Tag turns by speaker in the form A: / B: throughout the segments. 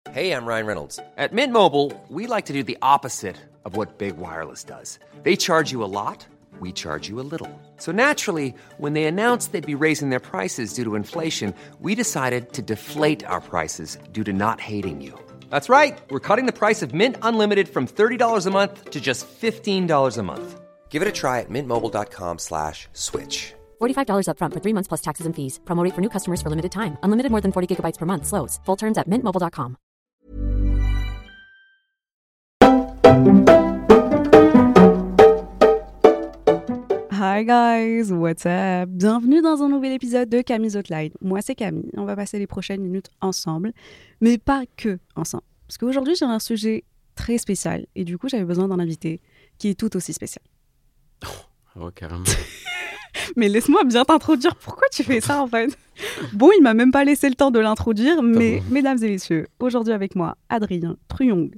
A: Hey, I'm Ryan Reynolds. At Mint Mobile, we like to do the opposite of what Big Wireless does. They charge you a lot, we charge you a little. So naturally, when they announced they'd be raising their prices due to inflation, we decided to deflate our prices due to not hating you. That's right. We're cutting the price of Mint Unlimited from $30 a month to just $15 a month. Give it a try at mintmobile.com/switch.
B: $45 up front for 3 months plus taxes and fees. Promo rate for new customers for limited time. Unlimited more than 40 gigabytes per month. Slows full terms at mintmobile.com.
C: Hi guys, what's up? Bienvenue dans un nouvel épisode de Camille's Hotline. Moi c'est Camille, on va passer les prochaines minutes ensemble, mais pas que ensemble. Parce qu'aujourd'hui j'ai un sujet très spécial et du coup j'avais besoin d'un invité qui est tout aussi spécial.
D: Oh, carrément.
C: Mais laisse-moi bien t'introduire, pourquoi tu fais ça en fait? Bon, il m'a même pas laissé le temps de l'introduire, mais mesdames et messieurs, aujourd'hui avec moi, Adrien Truong.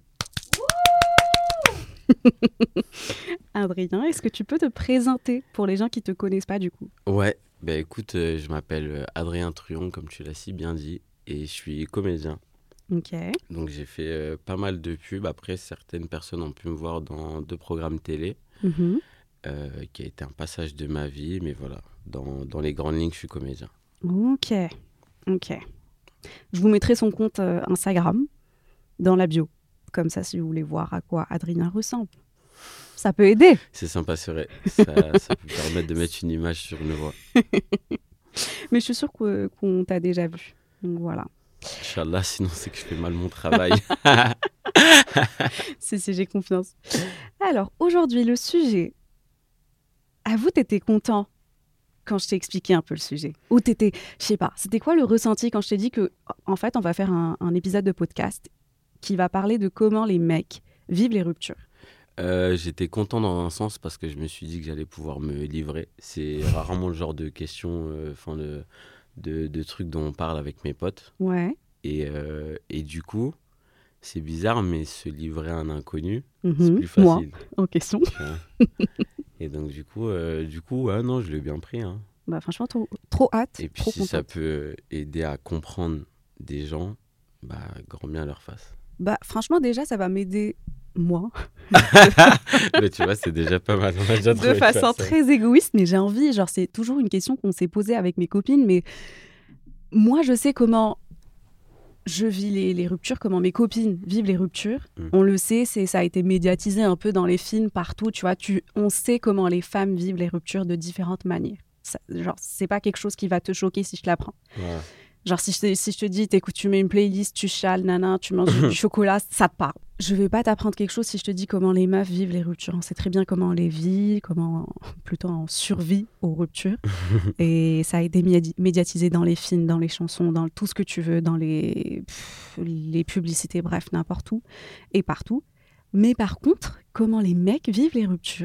C: Adrien, est-ce que tu peux te présenter pour les gens qui te connaissent pas du coup?
D: Ouais, bah écoute, je m'appelle Adrien Truong, comme tu l'as si bien dit, et je suis comédien.
C: Ok.
D: Donc j'ai fait pas mal de pubs. Après, certaines personnes ont pu me voir dans 2 programmes télé, qui a été un passage de ma vie, mais voilà, dans les grandes lignes, je suis comédien.
C: Ok. Je vous mettrai son compte Instagram dans la bio. Comme ça, si vous voulez voir à quoi Adrien ressemble. Ça peut aider.
D: C'est sympa, c'est vrai. Ça peut permettre de mettre une image sur une voix.
C: Mais je suis sûre qu'on t'a déjà vu. Donc voilà.
D: Inch'Allah, sinon c'est que je fais mal mon travail.
C: Si, j'ai confiance. Alors, aujourd'hui, le sujet. Avoue, t'étais content quand je t'ai expliqué un peu le sujet. Ou t'étais, je sais pas, c'était quoi le ressenti quand je t'ai dit que, en fait, on va faire un épisode de podcast qui va parler de comment les mecs vivent les ruptures.
D: J'étais content dans un sens parce que je me suis dit que j'allais pouvoir me livrer. C'est rarement le genre de questions, de trucs dont on parle avec mes potes.
C: Ouais.
D: Et du coup, c'est bizarre, mais se livrer à un inconnu, c'est plus facile.
C: Moi, en question.
D: Et donc du coup, ouais, non, je l'ai bien pris. Hein.
C: Bah, franchement, trop hâte.
D: Et puis
C: trop
D: si
C: contente.
D: ça peut aider à comprendre des gens, bah, grand bien leur face.
C: Bah, franchement, déjà, ça va m'aider, moi.
D: Mais tu vois, c'est déjà pas mal. On a déjà
C: De
D: trouvé
C: façon
D: personne.
C: très égoïste, mais j'ai envie, genre, c'est toujours une question qu'on s'est posée avec mes copines, mais moi, je sais comment je vis les ruptures, comment mes copines vivent les ruptures. On le sait, ça a été médiatisé un peu dans les films, partout, tu vois. On sait comment les femmes vivent les ruptures de différentes manières. Genre, c'est pas quelque chose qui va te choquer si je te l'apprends.
D: Ouais.
C: Genre, si je te dis, t'écoutes, tu mets une playlist, tu chiales, nana, tu manges du chocolat, ça te parle. Je vais pas t'apprendre quelque chose si je te dis comment les meufs vivent les ruptures. On sait très bien comment on les vit, plutôt on survit aux ruptures. Et ça a été médiatisé dans les films, dans les chansons, dans tout ce que tu veux, dans les publicités, bref, n'importe où et partout. Mais par contre, comment les mecs vivent les ruptures,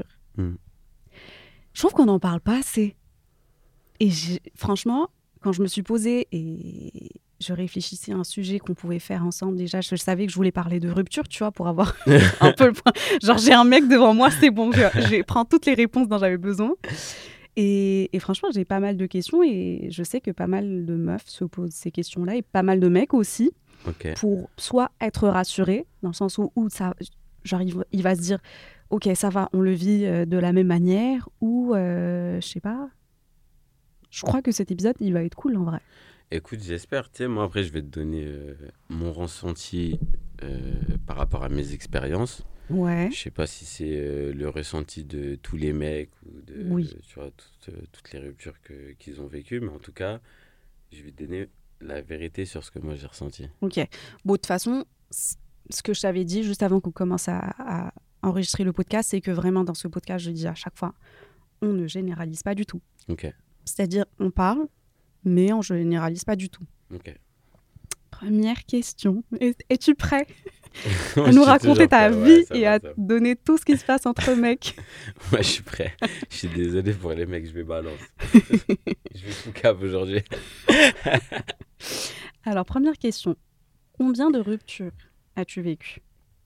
C: je trouve qu'on n'en parle pas assez. Et franchement, quand je me suis posée et je réfléchissais à un sujet qu'on pouvait faire ensemble, déjà, je savais que je voulais parler de rupture, tu vois, pour avoir un peu le point. Genre, j'ai un mec devant moi, c'est bon, je prends toutes les réponses dont j'avais besoin. Et franchement, j'ai pas mal de questions et je sais que pas mal de meufs se posent ces questions-là et pas mal de mecs aussi, pour soit être rassurés, dans le sens où ça, genre, il va se dire, ok, ça va, on le vit de la même manière, ou, je sais pas. Je crois que cet épisode, il va être cool en vrai.
D: Écoute, j'espère. Tu sais, moi, après, je vais te donner mon ressenti par rapport à mes expériences.
C: Ouais.
D: Je sais pas si c'est le ressenti de tous les mecs ou de tu vois, toutes les ruptures qu'ils ont vécues. Mais en tout cas, je vais te donner la vérité sur ce que moi, j'ai ressenti.
C: Ok. Bon, de toute façon, ce que je t'avais dit juste avant qu'on commence à enregistrer le podcast, c'est que vraiment, dans ce podcast, je dis à chaque fois, on ne généralise pas du tout.
D: Ok.
C: C'est-à-dire, on parle, mais on ne généralise pas du tout.
D: Ok.
C: Première question. Es-tu prêt à nous raconter ta vie et à donner tout ce qui se passe entre mecs?
D: Ouais, je suis prêt. Je suis désolé pour les mecs, je vais balance. Je vais tout cap aujourd'hui.
C: Alors, première question. Combien de ruptures as-tu vécu?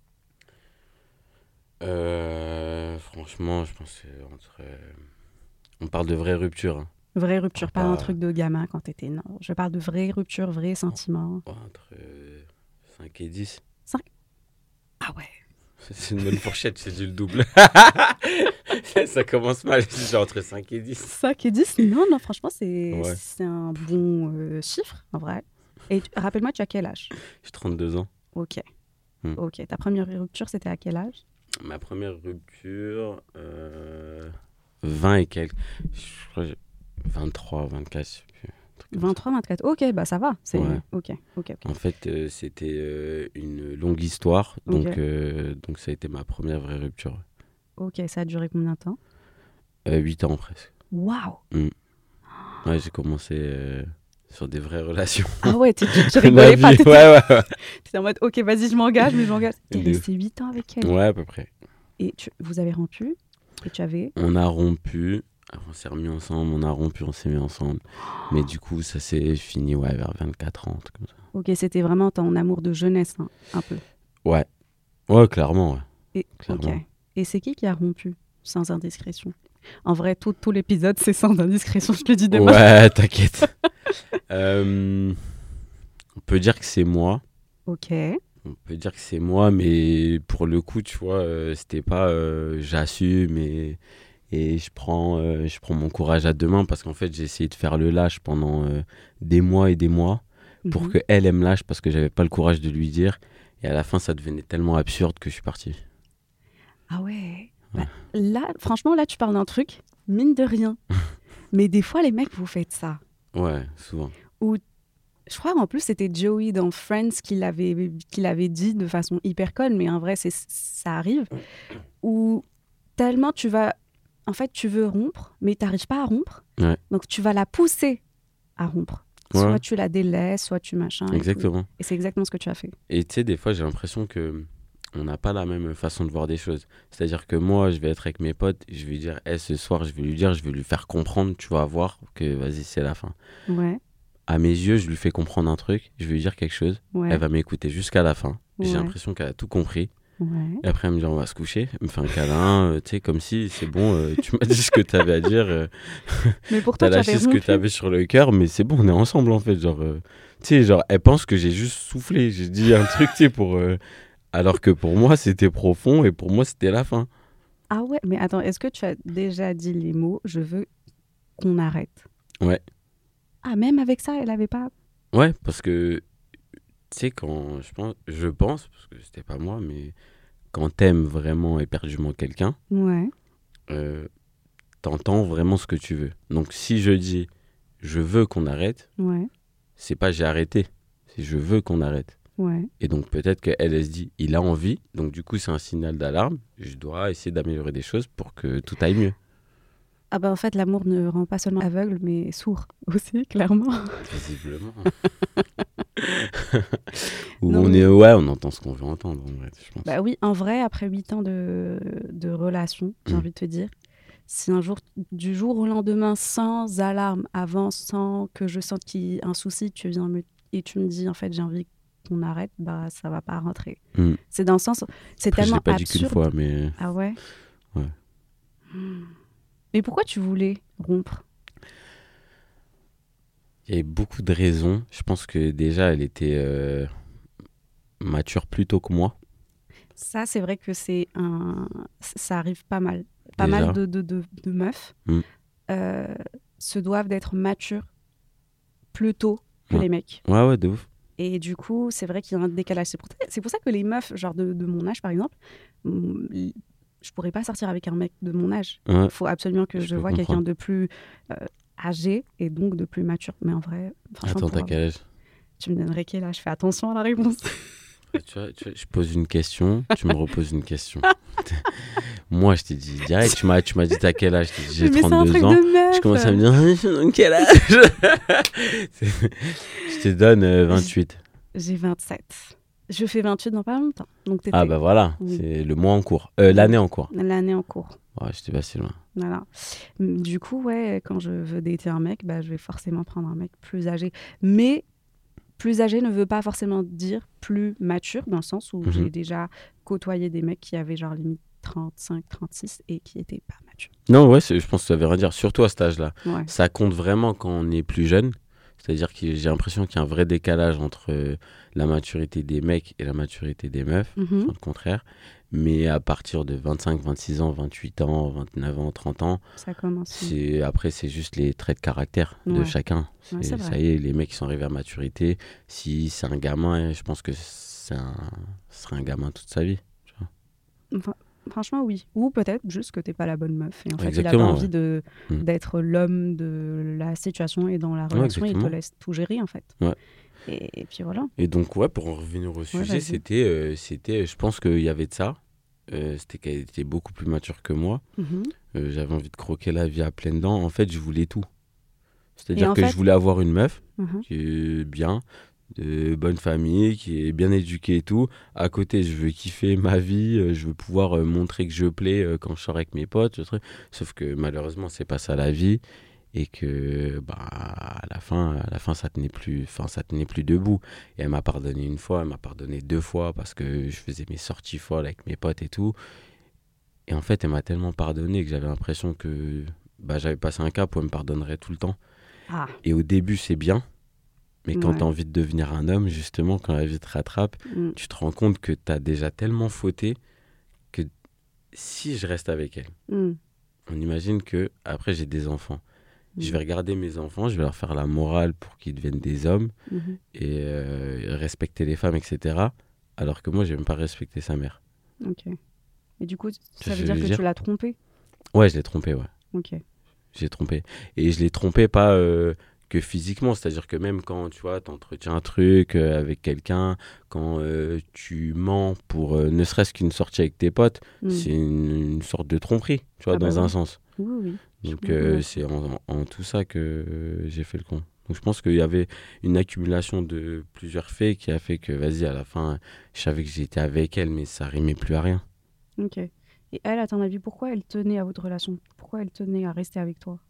D: Franchement, je pense entre... On parle de vraies ruptures. Hein.
C: Vraie rupture, pas un truc de gamin quand t'étais... Non, je parle de vraies ruptures, vrais sentiments.
D: Entre 5 et 10.
C: 5 Ah ouais.
D: C'est une bonne fourchette, c'est du double. Ça commence mal, genre entre 5 et 10.
C: 5 et 10 Non, franchement, c'est un bon chiffre, en vrai. Et rappelle-moi, tu as quel âge?
D: J'ai 32 ans.
C: Ok. Ok. Ta première rupture, c'était à quel âge?
D: Ma première rupture, 20 et quelques. Je crois que j'ai 23, 24, je sais plus.
C: 23, 24. Ok, bah ça va. C'est...
D: Ouais.
C: Ok.
D: En fait, c'était une longue histoire. Donc, donc, ça a été ma première vraie rupture.
C: Ok, ça a duré combien de temps?
D: 8 ans presque.
C: Waouh!
D: Ouais, j'ai commencé sur des vraies relations.
C: Ah ouais, tu rigolais pas.
D: Ouais.
C: T'étais en mode, ok, vas-y, je m'engage, mais je m'engage. T'es resté 8 ans avec elle?
D: Ouais, à peu près.
C: Et vous avez rompu? Et tu avais?
D: On a rompu. On s'est remis ensemble, on a rompu, on s'est mis ensemble. Mais du coup, ça s'est fini vers 24 ans, comme ça.
C: Ok, c'était vraiment ton amour de jeunesse, hein, un peu.
D: Ouais, clairement, ouais.
C: Et,
D: clairement.
C: Ok. Et c'est qui a rompu, sans indiscrétion? En vrai, tout l'épisode, c'est sans indiscrétion, je te dis demain.
D: Ouais, t'inquiète. On peut dire que c'est moi.
C: Ok.
D: On peut dire que c'est moi, mais pour le coup, tu vois, c'était pas j'assume et je prends mon courage à deux mains parce qu'en fait, j'ai essayé de faire le lâche pendant des mois et des mois pour qu'elle me lâche parce que j'avais pas le courage de lui dire. Et à la fin, ça devenait tellement absurde que je suis parti.
C: Ah ouais. Bah, là, franchement, là, tu parles d'un truc, mine de rien. Mais des fois, les mecs, vous faites ça.
D: Ouais, souvent.
C: Ou je crois en plus c'était Joey dans Friends qui l'avait dit de façon hyper conne, mais en vrai ça arrive. Où tellement tu veux rompre, mais tu n'arrives pas à rompre.
D: Ouais.
C: Donc tu vas la pousser à rompre. Soit tu la délaisses, soit tu machin.
D: Exactement.
C: Et c'est exactement ce que tu as fait.
D: Et tu sais, des fois j'ai l'impression que on n'a pas la même façon de voir des choses. C'est-à-dire que moi, je vais être avec mes potes, je vais dire, ce soir, je vais lui faire comprendre, tu vas voir que vas-y, c'est la fin.
C: Ouais.
D: À mes yeux, je lui fais comprendre un truc, je vais lui dire quelque chose, elle va m'écouter jusqu'à la fin. J'ai l'impression qu'elle a tout compris.
C: Ouais.
D: Et après, elle me dit, on va se coucher, elle me fait un câlin, tu sais, comme si c'est bon, tu m'as dit ce que tu avais à dire.
C: Mais pourtant,
D: t'as lâché ce que tu avais sur le cœur, mais c'est bon, on est ensemble en fait. Genre, tu sais, genre, elle pense que j'ai juste soufflé, j'ai dit un truc, tu sais, pour. Alors que pour moi, c'était profond et pour moi, c'était la fin.
C: Ah ouais, mais attends, est-ce que tu as déjà dit les mots « je veux qu'on arrête » ?
D: Ouais.
C: Ah, même avec ça, elle n'avait pas...
D: Ouais, parce que, tu sais, quand je pense, parce que c'était pas moi, mais quand t'aimes vraiment éperdument quelqu'un, t'entends vraiment ce que tu veux. Donc, si je dis « je veux qu'on arrête », c'est pas « j'ai arrêté », c'est « je veux qu'on arrête ».
C: Ouais.
D: Et donc peut-être qu'elle se dit il a envie, donc du coup c'est un signal d'alarme, je dois essayer d'améliorer des choses pour que tout aille mieux.
C: Ah bah en fait l'amour ne rend pas seulement aveugle mais sourd aussi, clairement.
D: Visiblement. Où on entend ce qu'on veut entendre en vrai, je pense.
C: Bah oui, en vrai après 8 ans de relation, j'ai envie de te dire, si un jour, du jour au lendemain, sans alarme, avant, sans que je sente qu'il y ait un souci, tu viens et tu me dis en fait j'ai envie qu'on arrête, bah ça va pas rentrer. C'est dans le sens, c'est
D: après,
C: tellement absurde.
D: Je l'ai pas dit qu'une fois, mais...
C: Ah ouais.
D: Ouais.
C: Mais pourquoi tu voulais rompre ?
D: Il y avait beaucoup de raisons. Je pense que déjà, elle était mature plus tôt que moi.
C: Ça, c'est vrai que ça arrive pas mal. Pas
D: Déjà.
C: mal de meufs se doivent d'être matures plus tôt que les mecs.
D: Ouais, de ouf.
C: Et du coup, c'est vrai qu'il y a un décalage. C'est pour ça que les meufs, genre de mon âge, par exemple, je pourrais pas sortir avec un mec de mon âge. Il faut absolument que je vois quelqu'un de plus âgé et donc de plus mature. Mais en vrai, franchement...
D: Attends, t'as quel âge ?
C: Tu me donnerais quel âge ? Fais attention à la réponse.
D: Tu vois, je pose une question, tu me reposes une question. Moi, je t'ai dit direct, tu m'as dit t'as quel âge ? J'ai 32 ans. Je commence à me dire, quel âge ? Je te donne 28.
C: J'ai 27. Je fais 28 dans pas longtemps. Donc
D: ah bah voilà, c'est le mois en cours. L'année en cours.
C: L'année en cours.
D: Ouais, j'étais pas si loin.
C: Voilà. Du coup, quand je veux dater un mec, bah, je vais forcément prendre un mec plus âgé. Mais plus âgé ne veut pas forcément dire plus mature, dans le sens où j'ai déjà côtoyé des mecs qui avaient genre limite 35, 36 et qui n'étaient pas matures.
D: Non, ouais, je pense que ça veut rien dire, surtout à cet âge-là.
C: Ouais.
D: Ça compte vraiment quand on est plus jeune. C'est-à-dire que j'ai l'impression qu'il y a un vrai décalage entre la maturité des mecs et la maturité des meufs,
C: Mhm.
D: enfin, le contraire. Mais à partir de 25, 26 ans, 28 ans, 29 ans, 30 ans,
C: Ça commence.
D: après, c'est juste les traits de caractère de
C: Ouais.
D: chacun.
C: Ouais, c'est vrai.
D: Ça y est, les mecs qui sont arrivés à maturité, si c'est un gamin, je pense que ce sera un gamin toute sa vie.
C: Enfin, franchement, oui. Ou peut-être juste que t'es pas la bonne meuf. Et en fait, il a pas
D: Exactement,
C: envie
D: Mm.
C: d'être l'homme de la situation et dans la relation. Il te
D: exactement.
C: laisse tout gérer, en fait.
D: Ouais.
C: Et puis voilà.
D: Et donc, ouais, pour en revenir au sujet,
C: vas-y.
D: c'était, je pense qu'il y avait de ça. C'était qu'elle était beaucoup plus mature que moi.
C: Mhm.
D: J'avais envie de croquer la vie à pleines dents. En fait, je voulais tout.
C: Et
D: C'est-à-dire
C: en
D: que
C: fait-
D: je voulais avoir une meuf
C: Mhm.
D: qui est bien, de bonne famille, qui est bien éduquée et tout. À côté, je veux kiffer ma vie, je veux pouvoir montrer que je plais quand je sors avec mes potes, ce truc. Sauf que malheureusement, c'est pas ça la vie. Et que à la fin ça tenait plus, ça tenait plus debout. Et elle m'a pardonné une fois, elle m'a pardonné 2 fois parce que je faisais mes sorties folles avec mes potes et tout. Et en fait, elle m'a tellement pardonné que j'avais l'impression que j'avais passé un cap où elle me pardonnerait tout le temps.
C: Ah,
D: Et au début, c'est bien. Mais quand
C: Ouais.
D: tu as envie de devenir un homme, justement, quand la vie te rattrape,
C: mm,
D: tu te rends compte que tu as déjà tellement fauté que si je reste avec elle,
C: mm,
D: on imagine que après j'ai des enfants. Je
C: Mm.
D: vais regarder mes enfants, je vais leur faire la morale pour qu'ils deviennent des hommes
C: mhm.
D: et respecter les femmes, etc. Alors que moi, j'ai même pas respecté sa mère.
C: Ok. Et du coup, ça
D: Je
C: veut
D: veux
C: dire que
D: dire-
C: tu l'as trompé.
D: Ouais, je l'ai trompé, ouais.
C: Ok.
D: J'ai trompé. Et je l'ai trompé pas que physiquement, c'est-à-dire que même quand tu vois, t'entretiens un truc avec quelqu'un, quand tu mens pour ne serait-ce qu'une sortie avec tes potes,
C: Mm.
D: c'est une sorte de tromperie, tu vois,
C: Ah bah
D: dans un
C: oui.
D: sens.
C: Oui, oui.
D: Donc
C: Je comprends, ouais.
D: c'est en tout ça que j'ai fait le con. Donc je pense qu'il y avait une accumulation de plusieurs faits qui a fait que, vas-y, à la fin, je savais que j'étais avec elle, mais ça rimait plus à rien.
C: Ok. Et elle, à ton avis, pourquoi elle tenait à votre relation? Pourquoi elle tenait à rester avec toi?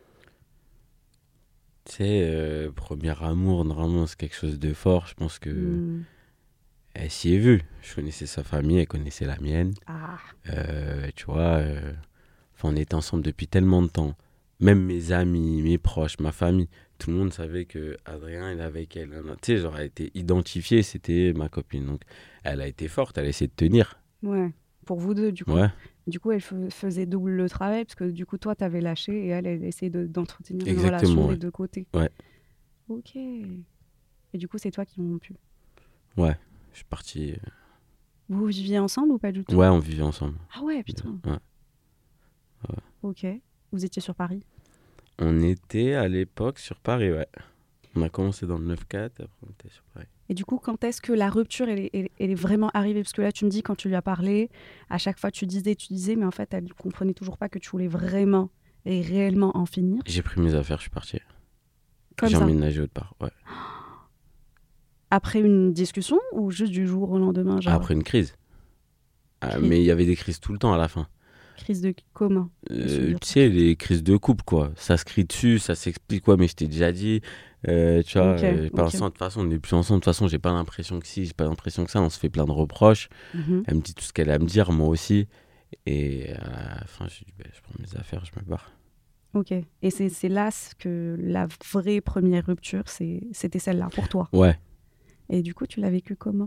D: Tu sais, premier amour, normalement, c'est quelque chose de fort. Je pense que
C: Mm.
D: elle s'y est vue. Je connaissais sa famille, elle connaissait la mienne.
C: Ah,
D: Tu vois, on était ensemble depuis tellement de temps. Même mes amis, mes proches, ma famille, tout le monde savait que Adrien, il est avec elle. Tu sais, genre, elle a été identifiée, c'était ma copine. Donc, elle a été forte, elle a essayé de tenir.
C: ouais. Pour vous deux, du coup.
D: Ouais,
C: Du coup, elle faisait double le travail, parce que du coup, toi, t'avais lâché et elle essayait d'entretenir une
D: Exactement,
C: relation
D: ouais.
C: des deux côtés.
D: Ouais.
C: Ok. Et du coup, c'est toi qui ont rompu.
D: ouais. Je suis parti.
C: Vous viviez ensemble ou pas du tout?
D: Ouais, on vivait ensemble.
C: Ah ouais, putain.
D: Ouais.
C: Ok. Vous étiez sur Paris?
D: On était à l'époque sur Paris, ouais. On a commencé dans le 9-4, après on était sur Paris.
C: Et du coup, quand est-ce que la rupture, elle est vraiment arrivée? Parce que là, tu me dis, quand tu lui as parlé, à chaque fois, tu disais, mais en fait, elle ne comprenait toujours pas que tu voulais vraiment et réellement en finir.
D: J'ai pris mes affaires, je suis parti.
C: Comme
D: J'ai
C: ça.
D: emménagé autre part, ouais.
C: Après une discussion ou juste du jour au lendemain, genre
D: Après une crise.
C: Crise.
D: Mais il y avait des crises tout le temps à la fin.
C: crise de comment?
D: Tu sais, les crises de couple, quoi. Ça se crie dessus, ça s'explique, quoi, mais je t'ai déjà dit. Tu vois,
C: Ok,
D: pas
C: ok.
D: ensemble, de toute façon, on n'est plus ensemble. De toute façon, j'ai pas l'impression que si, j'ai pas l'impression que ça. On se fait plein de reproches.
C: Mhm.
D: Elle me dit tout ce qu'elle a à me dire, moi aussi. Et à la fin, je dis, je prends mes affaires, je me barre.
C: Ok. Et c'est là que la vraie première rupture, c'était celle-là pour toi.
D: Ouais,
C: Et du coup, tu l'as vécu comment?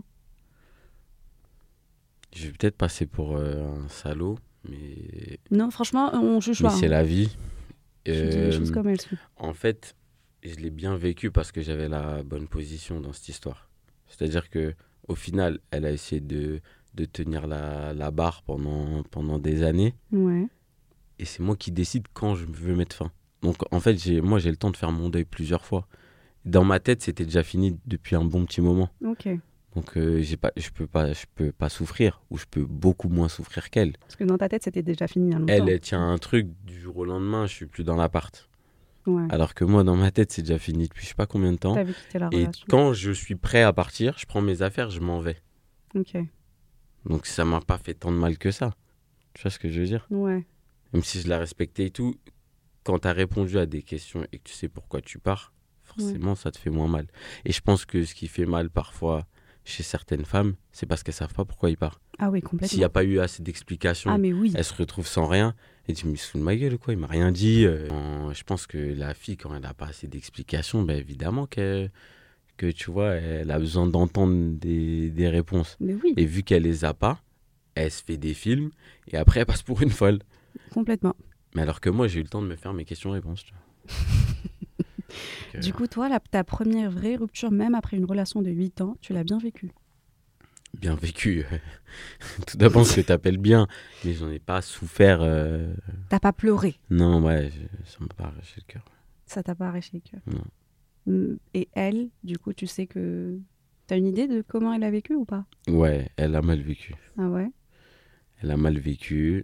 D: je vais peut-être passer pour un salaud, mais,
C: Non, franchement, on juge
D: mais
C: pas.
D: c'est
C: hein.
D: la vie.
C: Tu dis les choses comme elles sont.
D: En fait, je l'ai bien vécu parce que j'avais la bonne position dans cette histoire. C'est-à-dire que au final, elle a essayé de tenir la barre pendant des années.
C: Ouais.
D: Et c'est moi qui décide quand je veux mettre fin. Donc en fait, moi j'ai le temps de faire mon deuil plusieurs fois. Dans ma tête, c'était déjà fini depuis un bon petit moment.
C: Ok.
D: Donc je peux pas souffrir, ou je peux beaucoup moins souffrir qu'elle.
C: Parce que dans ta tête, c'était déjà fini il y a longtemps.
D: Elle tient un truc du jour au lendemain, je suis plus dans l'appart.
C: Ouais.
D: Alors que moi, dans ma tête, c'est déjà fini depuis je sais pas combien de temps.
C: T'avais quitté la
D: Et
C: relation.
D: quand je suis prêt à partir, je prends mes affaires, je m'en vais.
C: Ok.
D: Donc ça m'a pas fait tant de mal que ça. Tu vois ce que je veux dire?
C: Ouais.
D: Même si je la respectais et tout, quand tu as répondu à des questions et que tu sais pourquoi tu pars, forcément ça te fait moins mal. Et je pense que ce qui fait mal parfois chez certaines femmes, c'est parce qu'elles savent pas pourquoi il part.
C: Ah oui, complètement.
D: S'il n'y a pas eu assez d'explications,
C: Ah mais oui.
D: elle se retrouve sans rien. Et tu me sous de ma gueule ou quoi, il m'a rien dit. Je pense que la fille, quand elle n'a pas assez d'explications, ben évidemment que tu vois, elle a besoin d'entendre des réponses.
C: Mais oui,
D: Et vu qu'elle les a pas, elle se fait des films et après elle passe pour une folle.
C: complètement.
D: Mais alors que moi, j'ai eu le temps de me faire mes questions-réponses. Tu vois. Donc,
C: Du coup, toi, ta première vraie rupture, même après une relation de 8 ans, tu l'as bien vécue.
D: bien vécu. Tout d'abord, ce que tu appelles bien, mais j'en ai pas souffert.
C: T'as pas pleuré,
D: Non, ouais, ça m'a pas arraché le cœur.
C: ça t'a pas arraché le cœur.
D: Non.
C: Et elle, du coup, tu sais que... T'as une idée de comment elle a vécu ou pas?
D: Ouais, elle a mal vécu.
C: Ah ouais?
D: Elle a mal vécu.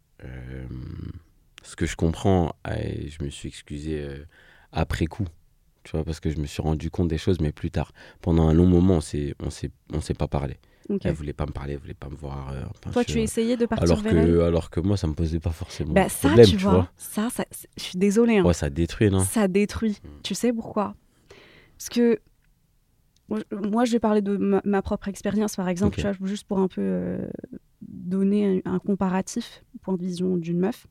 D: Ce que je comprends, et je me suis excusé après coup, tu vois, parce que je me suis rendu compte des choses, mais plus tard. Pendant un long moment, on s'est pas parlé.
C: Ok.
D: Elle voulait pas me parler, elle voulait pas me voir.
C: Toi, tu essayais de partir vers elle?
D: Alors que moi, ça me posait pas forcément
C: Bah,
D: de
C: ça,
D: problème,
C: tu vois, ça, je suis désolée, hein.
D: Ouais, ça détruit, non?
C: Ça détruit. Tu sais pourquoi? Parce que moi, je vais parler de ma propre expérience, par exemple,
D: Ok.
C: tu vois, juste pour un peu donner un comparatif, point de vision d'une meuf.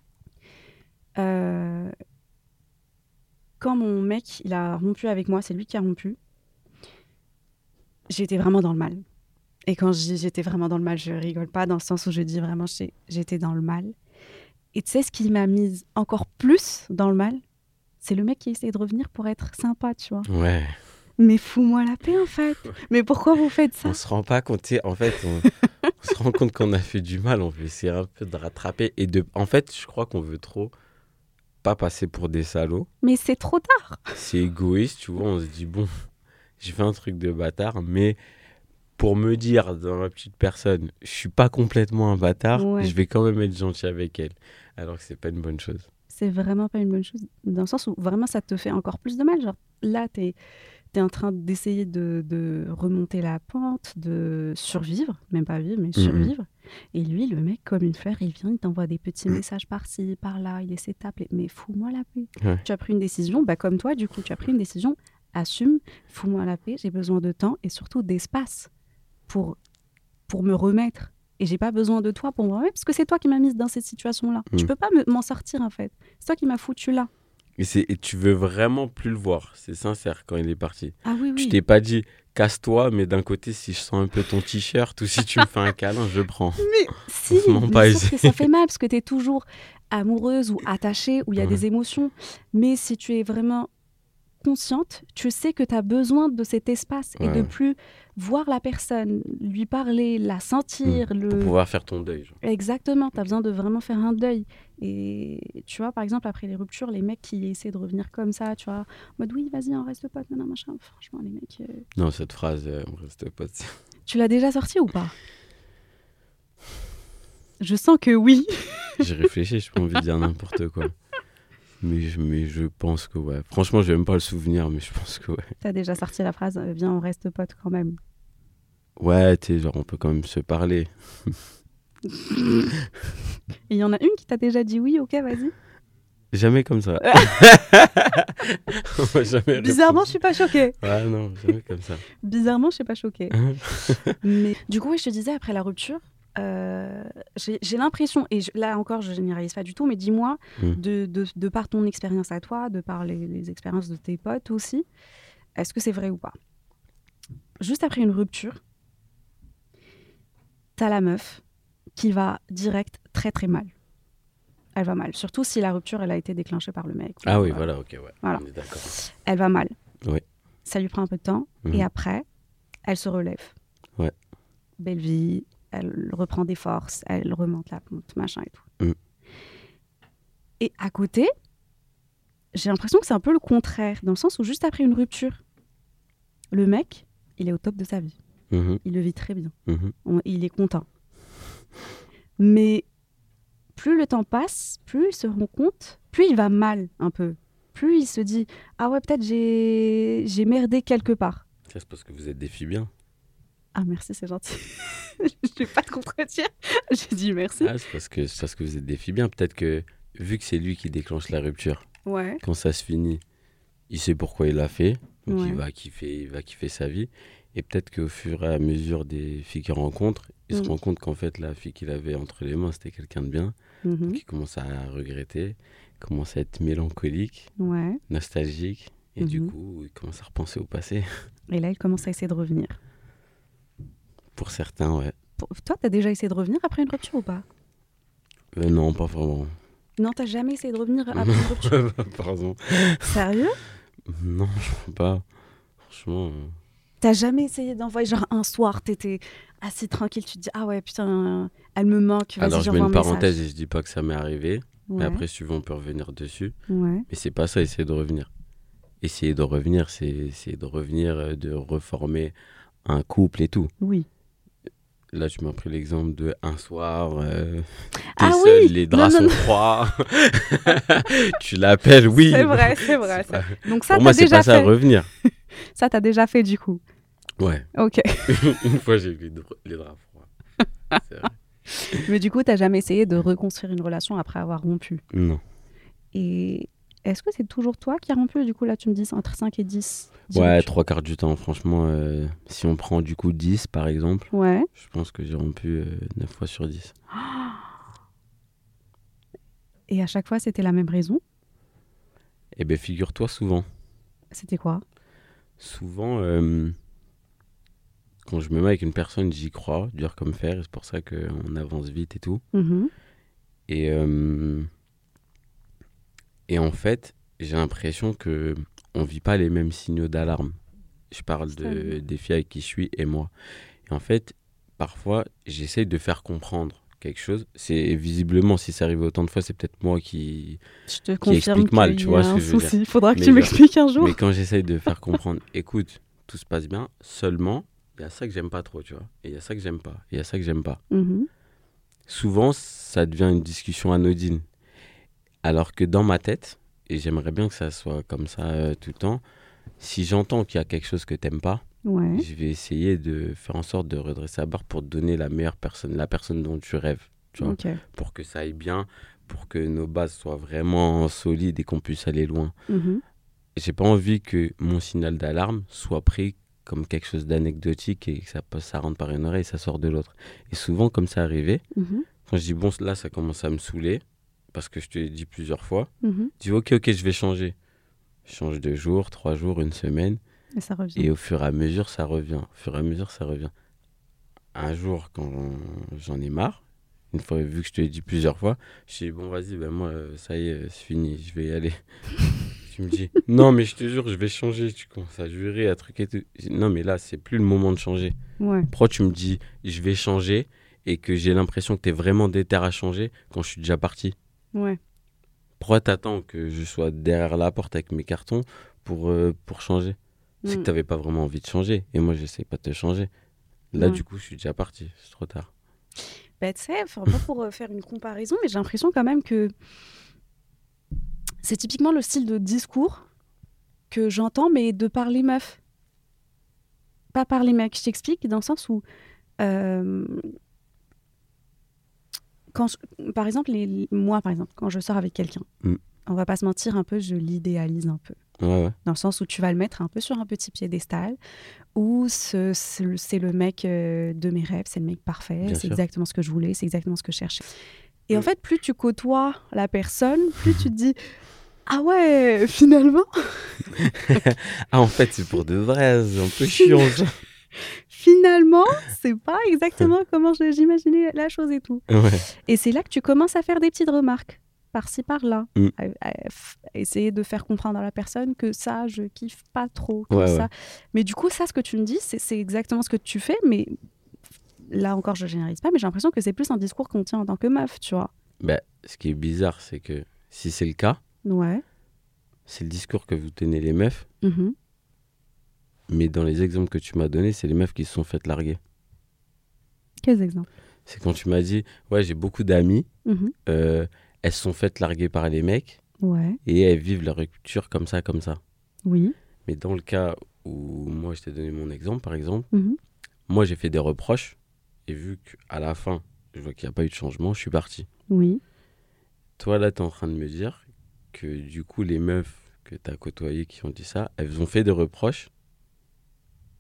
C: Quand mon mec, il a rompu avec moi, c'est lui qui a rompu, j'étais vraiment dans le mal. Et quand je dis j'étais vraiment dans le mal, je rigole pas, dans le sens où je dis vraiment j'étais dans le mal. Et tu sais ce qui m'a mise encore plus dans le mal? C'est le mec qui essaie de revenir pour être sympa, tu vois.
D: Ouais.
C: Mais fous-moi la paix, en fait. Mais pourquoi vous faites ça?
D: On se rend pas compte, tu sais, en fait, on se rend compte qu'on a fait du mal, on veut essayer un peu de rattraper. En fait, je crois qu'on veut trop pas passer pour des salauds.
C: Mais c'est trop tard.
D: C'est égoïste, tu vois, on se dit, bon, j'ai fait un truc de bâtard, mais pour me dire dans ma petite personne, je suis pas complètement un bâtard,
C: Ouais.
D: je vais quand même être gentil avec elle. Alors que c'est pas une bonne chose.
C: C'est vraiment pas une bonne chose, dans le sens où vraiment ça te fait encore plus de mal. Genre là, t'es en train d'essayer de remonter la pente, de survivre, même pas vivre, mais survivre. Et lui, le mec, comme une fleur, il vient, il t'envoie des petits messages par-ci, par-là, il essaie de t'appeler. Mais fous-moi la paix.
D: Ouais.
C: Tu as pris une décision, bah comme toi, du coup, tu as pris une décision, assume, fous-moi la paix, j'ai besoin de temps et surtout d'espace pour me remettre. Et j'ai pas besoin de toi pour me remettre, parce que c'est toi qui m'as mise dans cette situation-là. Tu peux pas m'en sortir, en fait. C'est toi qui m'as foutu là.
D: Et tu veux vraiment plus le voir, c'est sincère, quand il est parti.
C: Ah oui,
D: Je
C: oui.
D: t'ai pas dit, casse-toi, mais d'un côté, si je sens un peu ton t-shirt ou si tu me fais un câlin, je prends.
C: Mais si,
D: Franchement,
C: mais
D: pas
C: sauf que ça fait mal, parce que tu es toujours amoureuse ou attachée, où il y a
D: Ouais.
C: des émotions. Mais si tu es vraiment consciente, tu sais que tu as besoin de cet espace et
D: Ouais,
C: de
D: ouais.
C: plus voir la personne, lui parler, la sentir.
D: Pour pouvoir faire ton deuil. Genre.
C: Exactement, tu as besoin de vraiment faire un deuil. Et tu vois, par exemple, après les ruptures, les mecs qui essaient de revenir comme ça, tu vois, en mode oui, vas-y, on reste potes, non, machin. Franchement, les mecs.
D: Non, cette phrase, on reste pas.
C: Tu l'as déjà sortie ou pas? Je sens que oui.
D: J'ai réfléchi, j'ai pas envie de dire n'importe quoi. Mais je pense que ouais. Franchement, j'ai même pas le souvenir, mais je pense que ouais.
C: T'as déjà sorti la phrase viens, on reste potes quand même.
D: Ouais, tu sais, genre, on peut quand même se parler.
C: Et il y en a une qui t'a déjà dit oui, ok, vas-y.
D: Jamais comme ça. On va jamais
C: Bizarrement, je
D: répondre.
C: suis pas choquée.
D: Ouais, non, jamais comme ça.
C: Bizarrement, je suis pas choquée. Mais du coup, oui, je te disais, après la rupture, j'ai l'impression, et là encore, je généralise pas du tout, mais dis-moi, de par ton expérience à toi, de par les expériences de tes potes aussi, est-ce que c'est vrai ou pas? Juste après une rupture, t'as la meuf qui va direct très très mal. Elle va mal. Surtout si la rupture, elle a été déclenchée par le mec.
D: Ah oui, voilà, ok, ouais.
C: Voilà.
D: On est d'accord.
C: Elle va mal.
D: Oui.
C: Ça lui prend un peu de temps.
D: Mhm.
C: Et après, elle se relève.
D: Ouais.
C: Belle vie. Elle reprend des forces. Elle remonte la pente, machin et tout.
D: Mhm.
C: Et à côté, j'ai l'impression que c'est un peu le contraire. Dans le sens où juste après une rupture, le mec, il est au top de sa vie.
D: Mhm,
C: Il le vit très bien.
D: mhm.
C: Il est content. Mais plus le temps passe, plus il se rend compte, plus il va mal un peu. Plus il se dit « Ah ouais, peut-être j'ai merdé quelque part.
D: Ça, c'est parce que vous êtes des filles bien. »
C: Ah merci, c'est gentil. Je vais pas te contredire. J'ai dit merci.
D: Ah, c'est parce que vous êtes des filles bien. Peut-être que, vu que c'est lui qui déclenche la rupture,
C: Ouais.
D: quand ça se finit, il sait pourquoi il l'a fait. Donc
C: Ouais.
D: il va kiffer sa vie. Et peut-être qu'au fur et à mesure des filles qu'il rencontre, il se rend compte qu'en fait, la fille qu'il avait entre les mains, c'était quelqu'un de bien. Donc, il commence à regretter, commence à être mélancolique,
C: Ouais.
D: nostalgique. Et du coup, il commence à repenser au passé.
C: Et là, il commence à essayer de revenir.
D: Pour certains, ouais.
C: Toi, t'as déjà essayé de revenir après une rupture ou pas?
D: Non, pas vraiment.
C: Non, t'as jamais essayé de revenir après une rupture?
D: Pardon.
C: Sérieux?
D: Non, je crois pas. Franchement.
C: T'as jamais essayé d'envoyer, genre un soir, t'étais assis tranquille, tu te dis, ah ouais, putain, elle me manque, vas-y,
D: Alors, je mets
C: j'envoie
D: une
C: un
D: parenthèse
C: message.
D: et je dis pas que ça m'est arrivé.
C: Ouais.
D: Mais après, si tu veux, on peut revenir dessus.
C: Ouais.
D: Mais c'est pas ça, essayer de revenir. Essayer de revenir, c'est essayer de revenir, de reformer un couple et tout.
C: Oui.
D: Là, tu m'as pris l'exemple de un soir, t'es
C: Ah
D: seul,
C: oui.
D: les draps
C: Non, non,
D: sont froids. Tu l'appelles, oui.
C: C'est vrai, c'est vrai.
D: C'est pas-
C: Donc ça,
D: Pour moi,
C: t'as
D: c'est
C: déjà
D: pas ça,
C: fait.
D: revenir.
C: Ça, t'as déjà fait du coup.
D: Ouais.
C: Ok.
D: Une fois, j'ai eu les draps froids. C'est vrai.
C: Mais du coup, t'as jamais essayé de reconstruire une relation après avoir rompu.
D: Non.
C: Et est-ce que c'est toujours toi qui as rompu? Du coup, là, tu me dis entre 5 et 10.
D: Ouais,
C: ruptures.
D: 3/4 du temps. Franchement, si on prend du coup 10, par exemple,
C: Ouais.
D: je pense que j'ai rompu 9 fois sur 10.
C: Et à chaque fois, c'était la même raison.
D: Eh bien, figure-toi, souvent.
C: C'était quoi?
D: Souvent, quand je me mets avec une personne, j'y crois, dur comme fer, et c'est pour ça qu'on avance vite et tout.
C: Mhm.
D: Et en fait, j'ai l'impression que on vit pas les mêmes signaux d'alarme. Je parle des filles avec qui je suis et moi. Et en fait, parfois, j'essaye de faire comprendre quelque chose. C'est visiblement, si ça arrive autant de fois, c'est peut-être moi qui
C: Je te confirme
D: explique mal,
C: qu'il
D: tu
C: y
D: vois
C: a
D: ce
C: un
D: que je veux dire.
C: souci. Il faudra que
D: Mais
C: tu
D: genre-
C: m'expliques un jour.
D: Mais quand j'essaye de faire comprendre, écoute, tout se passe bien, seulement, il y a ça que j'aime pas trop, tu vois. Et il y a ça que j'aime pas. Et il y a ça que j'aime pas.
C: Mhm.
D: Souvent, ça devient une discussion anodine. Alors que dans ma tête, et j'aimerais bien que ça soit comme ça tout le temps, si j'entends qu'il y a quelque chose que t'aimes pas,
C: Ouais.
D: je vais essayer de faire en sorte de redresser la barre pour te donner la meilleure personne, la personne dont tu rêves, tu vois,
C: Ok.
D: pour que ça aille bien, pour que nos bases soient vraiment solides et qu'on puisse aller loin.
C: Mhm.
D: J'ai pas envie que mon signal d'alarme soit pris comme quelque chose d'anecdotique et que ça rentre par une oreille et ça sort de l'autre. Et souvent, comme ça arrivait,
C: Mhm.
D: quand je dis bon, là, ça commence à me saouler, parce que je te l'ai dit plusieurs fois,
C: Mhm.
D: je dis ok, je vais changer. Je change 2 jours, 3 jours, une semaine.
C: Et ça revient.
D: Et au fur et à mesure, ça revient. Au fur et à mesure, ça revient. Un jour, quand j'en ai marre, une fois, vu que je te l'ai dit plusieurs fois, je dis bon, vas-y, ben moi, ça y est, c'est fini, je vais y aller. Tu me dis non, mais je te jure, je vais changer. Tu commences à jurer, à truquer tout. Je dis, non, mais là, c'est plus le moment de changer.
C: Ouais.
D: Pourquoi tu me dis je vais changer et que j'ai l'impression que tu es vraiment déter à changer quand je suis déjà parti?
C: Ouais.
D: Pourquoi t'attends que je sois derrière la porte avec mes cartons pour changer? C'est que
C: Mm.
D: t'avais pas vraiment envie de changer. Et moi, j'essaie pas de te changer. Là,
C: Ouais.
D: du coup, je suis déjà parti. C'est trop tard.
C: Bah, tu sais, enfin, pas pour faire une comparaison, mais j'ai l'impression quand même que c'est typiquement le style de discours que j'entends, mais de par les meufs. Pas par les mecs. Je t'explique, dans le sens où, par exemple, moi, par exemple, quand je sors avec quelqu'un, on va pas se mentir un peu, je l'idéalise un peu.
D: Ouais.
C: Dans le sens où tu vas le mettre un peu sur un petit piédestal, où c'est le mec de mes rêves, c'est le mec parfait,
D: Bien
C: c'est
D: sûr.
C: exactement ce que je voulais, c'est exactement ce que je cherchais. Et en fait, plus tu côtoies la personne, plus tu te dis ah ouais, finalement,
D: Ah, en fait, c'est pour de vrai. C'est un peu chiant, ça.
C: finalement, c'est pas exactement comment j'imaginais la chose et tout.
D: Ouais.
C: Et c'est là que tu commences à faire des petites remarques, par-ci, par-là.
D: Mm.
C: À essayer de faire comprendre à la personne que ça, je kiffe pas trop. Que
D: Ouais,
C: ça.
D: ouais.
C: Mais du coup, ça, ce que tu me dis, c'est exactement ce que tu fais. Mais là encore, je généralise pas, mais j'ai l'impression que c'est plus un discours qu'on tient en tant que meuf, tu vois.
D: Bah, ce qui est bizarre, c'est que si c'est le cas,
C: Ouais.
D: c'est le discours que vous tenez les meufs.
C: Mhm.
D: Mais dans les exemples que tu m'as donnés, c'est les meufs qui se sont faites larguer.
C: Quels exemples?
D: C'est quand tu m'as dit, ouais, j'ai beaucoup d'amis,
C: Mhm.
D: elles se sont faites larguer par les mecs
C: Ouais.
D: et elles vivent leur rupture comme ça.
C: Oui.
D: Mais dans le cas où moi, je t'ai donné mon exemple, par exemple,
C: Mhm.
D: moi, j'ai fait des reproches et vu qu'à la fin, je vois qu'il n'y a pas eu de changement, je suis parti.
C: Oui.
D: Toi, là, tu es en train de me dire que du coup, les meufs que tu as côtoyées qui ont dit ça, elles ont fait des reproches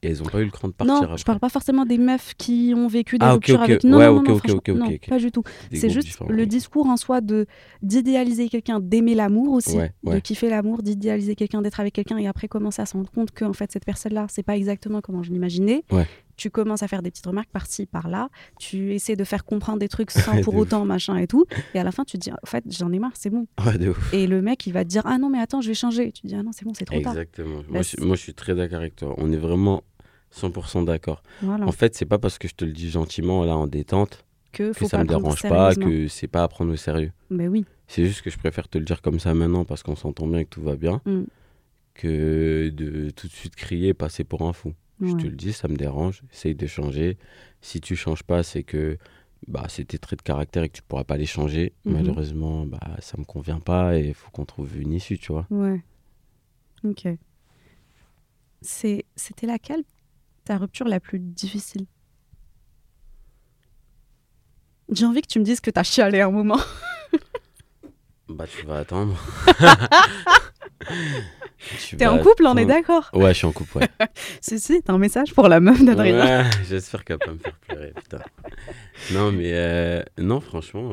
D: Et elles ont pas eu le cran de partir
C: Non,
D: après.
C: je parle pas forcément des meufs qui ont vécu des
D: Ah, ok,
C: ruptures
D: ok.
C: avec... Non,
D: Ouais,
C: non,
D: ok,
C: non,
D: ok,
C: franchement,
D: ok, ok,
C: non,
D: ok.
C: pas du tout.
D: Des
C: C'est
D: groupes
C: juste
D: différents,
C: le
D: ok.
C: discours en soi d'idéaliser quelqu'un, d'aimer l'amour aussi,
D: Ouais,
C: de
D: ouais.
C: kiffer l'amour, d'idéaliser quelqu'un, d'être avec quelqu'un et après commencer à se rendre compte que en fait, cette personne-là, c'est pas exactement comment je l'imaginais.
D: Ouais.
C: Tu commences à faire des petites remarques par-ci, par-là. Tu essaies de faire comprendre des trucs sans
D: Ouais,
C: pour
D: de ouf.
C: autant, machin et tout. Et à la fin, tu te dis, en fait, j'en ai marre, c'est bon.
D: Ouais, de ouf.
C: Et le mec, il va te dire, ah non, mais attends, je vais changer. Tu te dis, ah non, c'est bon, c'est trop tard.
D: Exactement.
C: Bah,
D: Moi, je suis très d'accord avec toi. On est vraiment 100% d'accord.
C: Voilà.
D: En fait, c'est pas parce que je te le dis gentiment, là, en détente,
C: Que
D: que
C: faut
D: ça
C: pas
D: me
C: le prendre
D: dérange pas,
C: sérieusement.
D: que c'est pas à prendre au sérieux.
C: Ben oui.
D: C'est juste que je préfère te le dire comme ça maintenant parce qu'on s'entend bien et que tout va bien,
C: Mm.
D: que de tout de suite crier et passer pour un fou. Je
C: Ouais.
D: te le dis, ça me dérange, essaye de changer. Si tu changes pas, c'est que c'est tes traits de caractère et que tu pourras pas les changer.
C: Mhm.
D: Malheureusement, ça me convient pas et il faut qu'on trouve une issue, tu vois.
C: Ouais. Ok. C'était laquelle ta rupture la plus difficile? J'ai envie que tu me dises que t'as chialé un moment.
D: Tu vas attendre.
C: T'es en couple, on est d'accord?
D: Ouais, je suis en couple, ouais.
C: Si, t'as un message pour la meuf d'Adrien.
D: Ouais, j'espère qu'elle va pas me faire pleurer, putain. Non, mais non, franchement,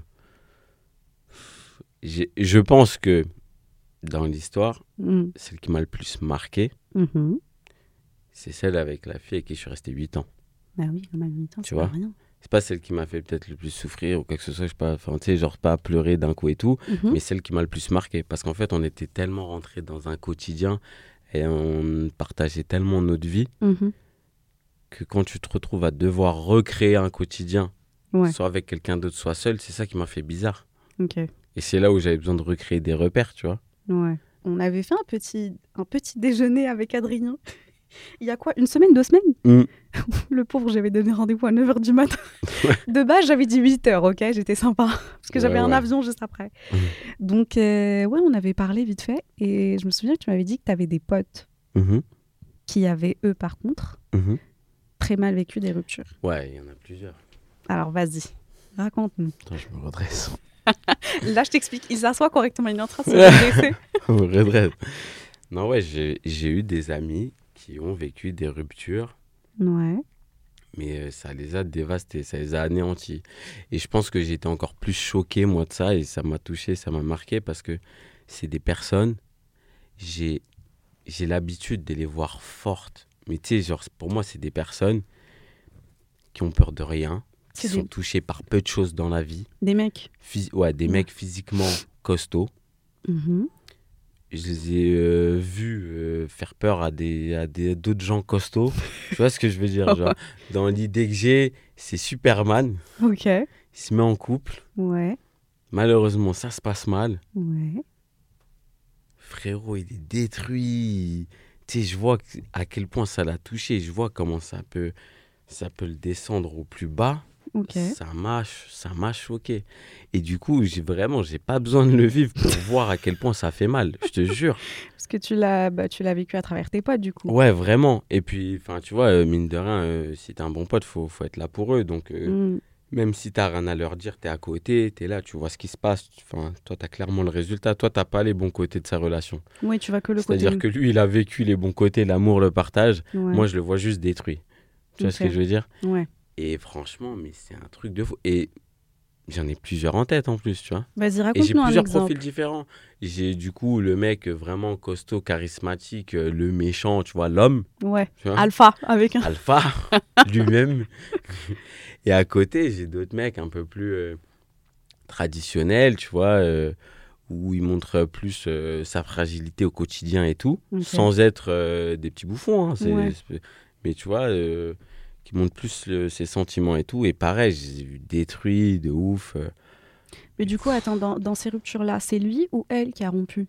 D: je pense que dans l'histoire,
C: Mm.
D: celle qui m'a le plus marqué,
C: Mhm.
D: c'est celle avec la fille avec qui je suis resté 8 ans.
C: Bah oui, quand même, 8 ans,
D: Tu
C: c'est
D: vois
C: pas rien.
D: C'est pas celle qui m'a fait peut-être le plus souffrir ou quoi que ce soit, je sais pas, enfin, tu sais, genre pas pleurer d'un coup et tout,
C: Mhm.
D: mais celle qui m'a le plus marqué. Parce qu'en fait, on était tellement rentrés dans un quotidien et on partageait tellement notre vie
C: Mhm.
D: que quand tu te retrouves à devoir recréer un quotidien,
C: Ouais,
D: soit avec quelqu'un d'autre, soit seul, c'est ça qui m'a fait bizarre.
C: ok.
D: Et c'est là où j'avais besoin de recréer des repères, tu vois.
C: Ouais. On avait fait un petit déjeuner avec Adrien. Il y a quoi? Une semaine, 2 semaines?
D: Mm.
C: Le pauvre, j'avais donné rendez-vous à 9h du matin. De base, j'avais dit 8h, ok? J'étais sympa. Parce que j'avais
D: Ouais,
C: un
D: ouais.
C: avion juste après.
D: Mm.
C: Donc, ouais, on avait parlé vite fait. Et je me souviens que tu m'avais dit que tu avais des potes
D: Mhm,
C: qui avaient, eux, par contre,
D: mhm.
C: très mal vécu des ruptures.
D: Ouais, il y en a plusieurs.
C: Alors, vas-y, raconte-nous.
D: Attends, je me redresse.
C: Là, je t'explique. Il s'assoit correctement. Il est en train de se redresser.
D: Je me redresse. Non, ouais, j'ai eu des amis qui ont vécu des ruptures,
C: Ouais.
D: mais ça les a dévastés, ça les a anéantis. Et je pense que j'étais encore plus choqué, moi, de ça, et ça m'a touché, ça m'a marqué, parce que c'est des personnes, j'ai l'habitude de les voir fortes. Mais tu sais, genre, pour moi, c'est des personnes qui ont peur de rien, qui
C: C'est
D: sont
C: des-
D: touchées par peu de choses dans la vie.
C: Des mecs.
D: Ouais, des mecs physiquement costauds.
C: Mhm.
D: Je les ai vus faire peur à d'autres gens costauds. Tu vois ce que je veux dire, genre, dans l'idée que j'ai, c'est Superman.
C: Ok.
D: Il se met en couple.
C: Ouais.
D: Malheureusement, ça se passe mal.
C: Ouais.
D: Frérot, il est détruit. Tu sais, je vois à quel point ça l'a touché. Je vois comment ça peut le descendre au plus bas.
C: Ok.
D: Ça m'a choqué. Et du coup, j'ai pas besoin de le vivre pour voir à quel point ça fait mal. Je te jure.
C: Parce que tu l'as vécu à travers tes potes, du coup.
D: Ouais, vraiment. Et puis, enfin, tu vois, mine de rien, si t'es un bon pote, faut être là pour eux. Donc,
C: Mm.
D: même si t'as rien à leur dire, t'es à côté, t'es là, tu vois ce qui se passe. Enfin, toi, t'as clairement le résultat. Toi, t'as pas les bons côtés de sa relation.
C: Oui, tu vois que le côté.
D: C'est-à-dire que lui, il a vécu les bons côtés, l'amour, le partage.
C: Ouais.
D: Moi, je le vois juste détruit. Tu vois ce
C: Ok.
D: que je veux dire?
C: Ouais.
D: Et franchement, mais c'est un truc de fou. Et j'en ai plusieurs en tête en plus, tu vois.
C: Vas-y,
D: Et j'ai
C: raconte-nous un
D: plusieurs
C: exemple.
D: profils différents. J'ai du coup le mec vraiment costaud, charismatique, le méchant, tu vois, l'homme,
C: Ouais.
D: tu vois,
C: Alpha, avec un...
D: alpha, lui-même. Et à côté, j'ai d'autres mecs un peu plus traditionnels, tu vois, où il montre plus sa fragilité au quotidien et tout,
C: Ok.
D: sans être des petits bouffons, hein,
C: Ouais.
D: mais tu vois, qui montre plus ses sentiments et tout. Et pareil, j'ai vu détruit de ouf.
C: Mais du coup, attends, dans ces ruptures-là, c'est lui ou elle qui a rompu?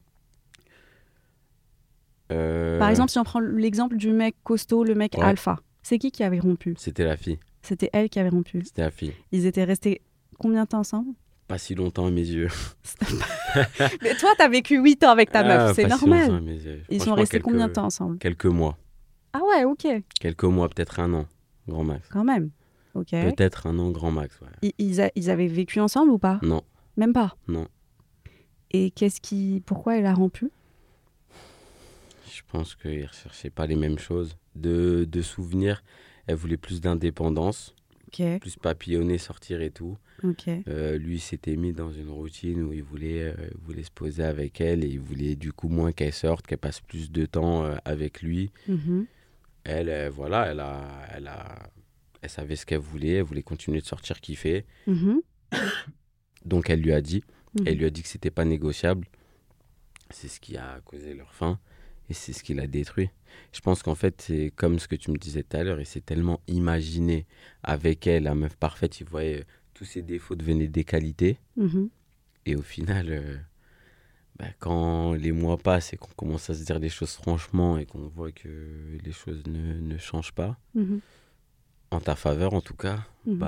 C: Par exemple, si on prend l'exemple du mec costaud, le mec
D: Ouais.
C: alpha, c'est qui avait rompu?
D: C'était la fille.
C: C'était elle qui avait rompu.
D: C'était la fille.
C: Ils étaient restés combien de temps ensemble?
D: Pas si longtemps à mes yeux.
C: Mais toi, t'as vécu 8 ans avec ta meuf, c'est
D: pas si longtemps à
C: normal.
D: mes yeux.
C: Ils sont
D: Franchement,
C: restés combien de temps ensemble?
D: Quelques mois.
C: Ah ouais, ok,
D: Quelques mois, peut-être un an, grand max.
C: quand même. Ok.
D: Peut-être un an, grand max, ouais.
C: Ils avaient vécu ensemble ou pas?
D: Non,
C: Même pas.
D: non.
C: Et pourquoi elle a rompu?
D: Je pense qu'ils ne recherchaient pas les mêmes choses. De souvenirs, elle voulait plus d'indépendance,
C: Ok,
D: plus papillonner, sortir et tout.
C: ok.
D: Lui, il s'était mis dans une routine où il voulait se poser avec elle et il voulait du coup moins qu'elle sorte, qu'elle passe plus de temps avec lui.
C: Mhm.
D: Elle, voilà, elle savait ce qu'elle voulait continuer de sortir, kiffer.
C: Mhm.
D: Donc elle lui a dit,
C: Mhm.
D: elle lui a dit que c'était pas négociable. C'est ce qui a causé leur fin et c'est ce qui l'a détruit. Je pense qu'en fait, c'est comme ce que tu me disais tout à l'heure, il s'est tellement imaginé avec elle, la meuf parfaite, il voyait tous ses défauts devenaient des qualités.
C: Mhm.
D: Et au final, quand les mois passent et qu'on commence à se dire les choses franchement et qu'on voit que les choses ne changent pas,
C: Mhm.
D: en ta faveur en tout cas,
C: Mhm.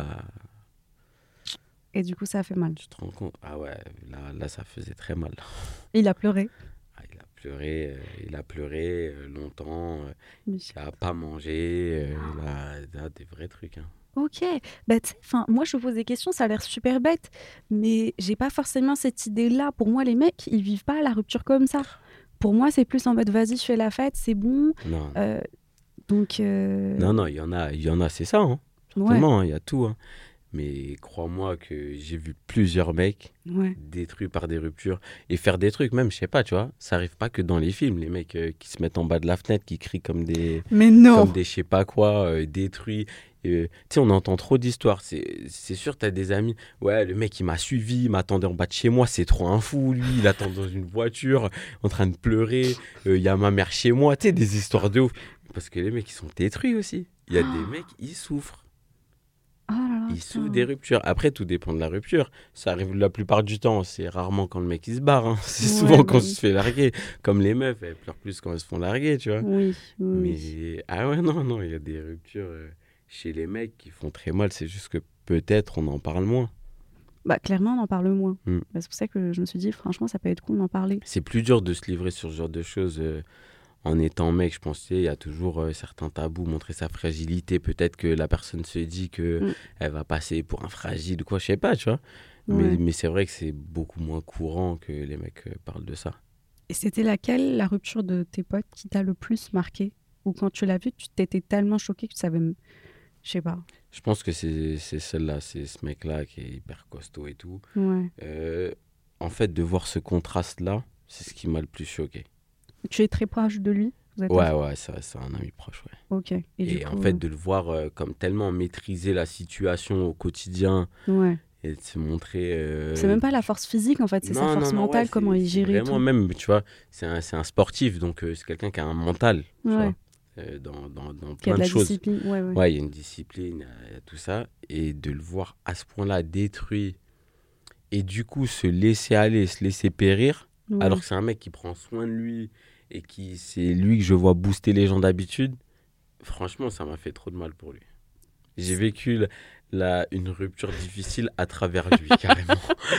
C: Et du coup, ça a fait mal.
D: tu te rends compte, ah ouais, là ça faisait très mal.
C: Il a pleuré.
D: Ah, il a pleuré longtemps,
C: Oui.
D: il a pas mangé, il a des vrais trucs. Hein.
C: Ok, bah, tu sais, moi je vous pose des questions, ça a l'air super bête, mais j'ai pas forcément cette idée-là. Pour moi, les mecs, ils vivent pas la rupture comme ça. Pour moi, c'est plus en mode vas-y, je fais la fête, c'est bon.
D: Non,
C: Donc,
D: non, il y en a, c'est ça, hein.
C: ouais,
D: Certainement, hein, il y a tout. Hein. Mais crois-moi que j'ai vu plusieurs mecs
C: ouais.
D: détruits par des ruptures et faire des trucs, même, je sais pas, tu vois, ça arrive pas que dans les films, les mecs qui se mettent en bas de la fenêtre, qui crient comme des
C: Mais non.
D: je sais pas quoi, détruits. Tu sais, on entend trop d'histoires. C'est sûr, t'as des amis. Ouais, le mec, il m'a suivi, il m'attendait en bas de chez moi. C'est trop un fou, lui. Il attend dans une voiture, en train de pleurer. Il y a ma mère chez moi. Tu sais, des histoires de ouf. Parce que les mecs, ils sont détruits aussi. Il y a des mecs, ils souffrent.
C: Oh là là,
D: Ils
C: putain.
D: souffrent des ruptures. Après, tout dépend de la rupture. Ça arrive la plupart du temps. C'est rarement quand le mec, il se barre. Hein. C'est
C: Ouais,
D: souvent
C: bah
D: quand
C: oui.
D: il se fait larguer. Comme les meufs, elles pleurent plus quand elles se font larguer, tu vois.
C: Oui, oui.
D: Mais ah ouais, non, il y a des ruptures chez les mecs qui font très mal. C'est juste que peut-être on en parle moins.
C: Bah, clairement, on en parle moins.
D: Mm.
C: Bah, c'est pour ça que je me suis dit, franchement, ça peut être cool d'en parler.
D: C'est plus dur de se livrer sur ce genre de choses en étant mec. Je pense qu'il y a toujours certains tabous, montrer sa fragilité. Peut-être que la personne se dit que elle va passer pour un fragile ou quoi, je sais pas, tu vois.
C: Ouais.
D: Mais c'est vrai que c'est beaucoup moins courant que les mecs parlent de ça.
C: Et c'était laquelle, la rupture de tes potes, qui t'a le plus marqué? Ou quand tu l'as vue, tu t'étais tellement choquée que tu savais... Je sais pas.
D: Je pense que c'est celle-là, c'est ce mec-là qui est hyper costaud et tout.
C: Ouais.
D: En fait, de voir ce contraste-là, c'est ce qui m'a le plus choqué.
C: Tu es très proche de lui? Vous êtes
D: Ouais, c'est un ami proche, ouais.
C: Ok. Et du
D: Et
C: coup,
D: en fait, de le voir comme tellement maîtriser la situation au quotidien
C: ouais.
D: et de se montrer...
C: C'est même pas la force physique, en fait, c'est sa force mentale,
D: ouais,
C: comment il gère et
D: vraiment
C: tout.
D: même, tu vois, c'est un sportif, donc c'est quelqu'un qui a un mental, tu
C: Ouais.
D: vois, dans
C: Qui a
D: plein
C: de
D: de
C: la
D: choses.
C: discipline. Ouais, ouais.
D: Ouais, il y a une discipline, il y a tout ça. Et de le voir à ce point-là détruit et du coup se laisser aller, se laisser périr,
C: Ouais.
D: alors que c'est un mec qui prend soin de lui et qui c'est lui que je vois booster les gens d'habitude, franchement, ça m'a fait trop de mal pour lui. J'ai vécu une rupture difficile à travers lui, carrément.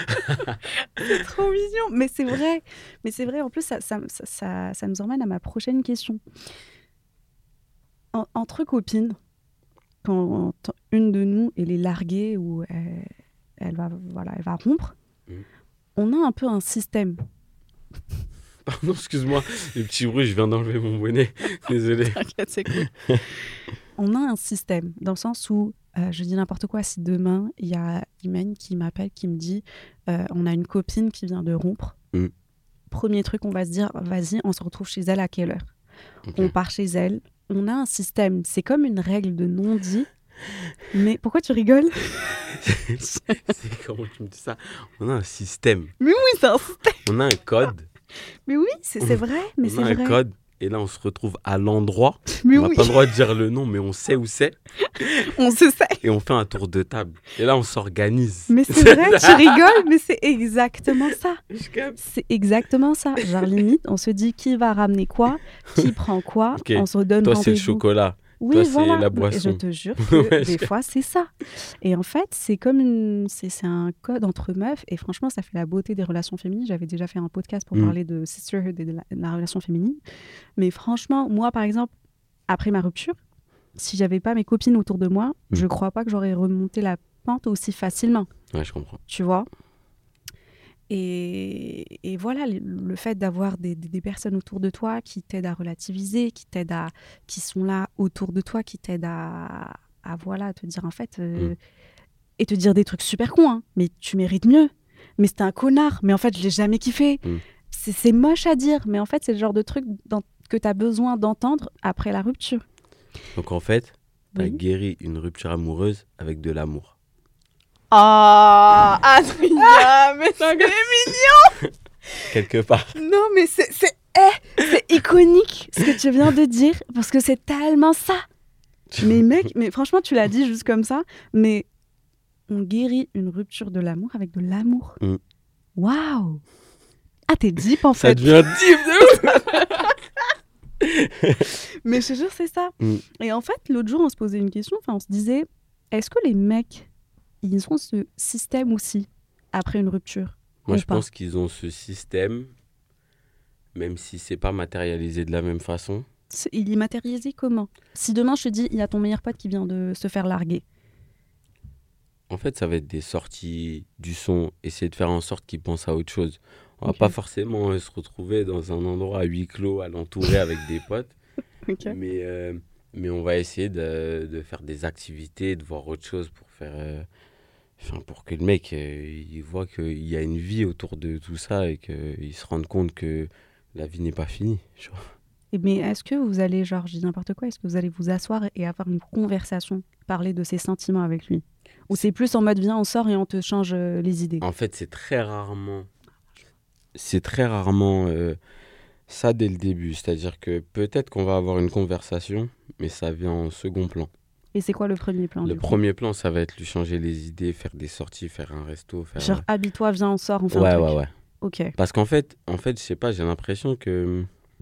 C: C'est trop mignon. Mais c'est vrai. Mais c'est vrai, en plus, ça nous emmène à ma prochaine question. Entre copines, quand une de nous, elle est larguée ou elle va rompre, on a un peu un système.
D: Pardon, excuse-moi, le petit bruit, je viens d'enlever mon bonnet. Désolé.
C: T'inquiète, c'est cool. On a un système, dans le sens où, je dis n'importe quoi, si demain, il y a Imen qui m'appelle, qui me dit, on a une copine qui vient de rompre. Premier truc, on va se dire, vas-y, on se retrouve chez elle à quelle heure?
D: Ok.
C: On part chez elle. On a un système, c'est comme une règle de non-dit. Mais pourquoi tu rigoles?
D: C'est comment tu me dis ça? On a un système.
C: Mais oui, c'est un système.
D: On a un code.
C: Mais oui, c'est vrai, mais
D: On
C: c'est
D: a
C: vrai.
D: un code. Et là, on se retrouve à l'endroit.
C: Mais
D: On n'a
C: oui,
D: pas le droit de dire le nom, mais on sait où c'est.
C: on se sait.
D: Et on fait un tour de table. Et là, on s'organise.
C: Mais c'est vrai, tu rigoles, mais c'est exactement ça.
D: Je capte.
C: C'est exactement ça. Genre limite, on se dit qui va ramener quoi, qui prend quoi,
D: Ok.
C: on se donne
D: Toi, c'est le
C: rendez-vous.
D: chocolat.
C: Oui,
D: Toi, c'est
C: voilà.
D: la
C: Et
D: boisson.
C: je te jure que
D: Ouais,
C: des fois, c'est ça. Et en fait, c'est comme c'est un code entre meufs. Et franchement, ça fait la beauté des relations féminines. J'avais déjà fait un podcast pour parler de sisterhood et de la relation féminine. Mais franchement, moi, par exemple, après ma rupture, si j'avais pas mes copines autour de moi, je crois pas que j'aurais remonté la pente aussi facilement.
D: Ouais, je comprends.
C: Tu vois? Et voilà, le fait d'avoir des personnes autour de toi qui t'aident à relativiser, qui sont là autour de toi, qui t'aident à voilà, te dire en fait, et te dire des trucs super cons, hein, mais tu mérites mieux. Mais c'était un connard, mais en fait, je l'ai jamais kiffé. C'est moche à dire, mais en fait, c'est le genre de truc que tu as besoin d'entendre après la rupture.
D: Donc en fait, tu as
C: Oui.
D: guéri une rupture amoureuse avec de l'amour.
C: Ah, Adrien, mais c'est mignon.
D: Quelque part.
C: Non, mais c'est iconique ce que tu viens de dire, parce que c'est tellement ça. Mais mec, mais franchement, tu l'as dit juste comme ça, mais on guérit une rupture de l'amour avec de l'amour. Waouh. Ah, t'es deep en fait.
D: Ça devient deep de ouf.
C: Mais je te jure, c'est ça. Et en fait, l'autre jour, on se posait une question, on se disait, est-ce que les mecs, ils ont ce système aussi après une rupture?
D: Moi, je pense qu'ils ont ce système, même si c'est pas matérialisé de la même façon.
C: Il est matérialisé comment? Si demain, je te dis, il y a ton meilleur pote qui vient de se faire larguer.
D: En fait, ça va être des sorties du son, essayer de faire en sorte qu'ils pensent à autre chose. On va pas forcément se retrouver dans un endroit à huis clos, à l'entourer avec des potes. Mais on va essayer de faire des activités, de voir autre chose pour faire... pour que le mec il voit qu'il y a une vie autour de tout ça et qu'il se rende compte que la vie n'est pas finie. Tu vois.
C: Mais est-ce que vous allez, genre, je dis n'importe quoi, est-ce que vous allez vous asseoir et avoir une conversation, parler de ses sentiments avec lui? Ou c'est plus en mode, viens, on sort et on te change les idées?
D: En fait, c'est très rarement ça dès le début. C'est-à-dire que peut-être qu'on va avoir une conversation, mais ça vient en second plan.
C: Et c'est quoi le premier plan?
D: Le premier plan, ça va être lui changer les idées, faire des sorties, faire un resto.
C: Genre, habille-toi, viens, on sort, on fait un truc.
D: Ouais.
C: Ok.
D: Parce qu'en fait, je sais pas, j'ai l'impression que...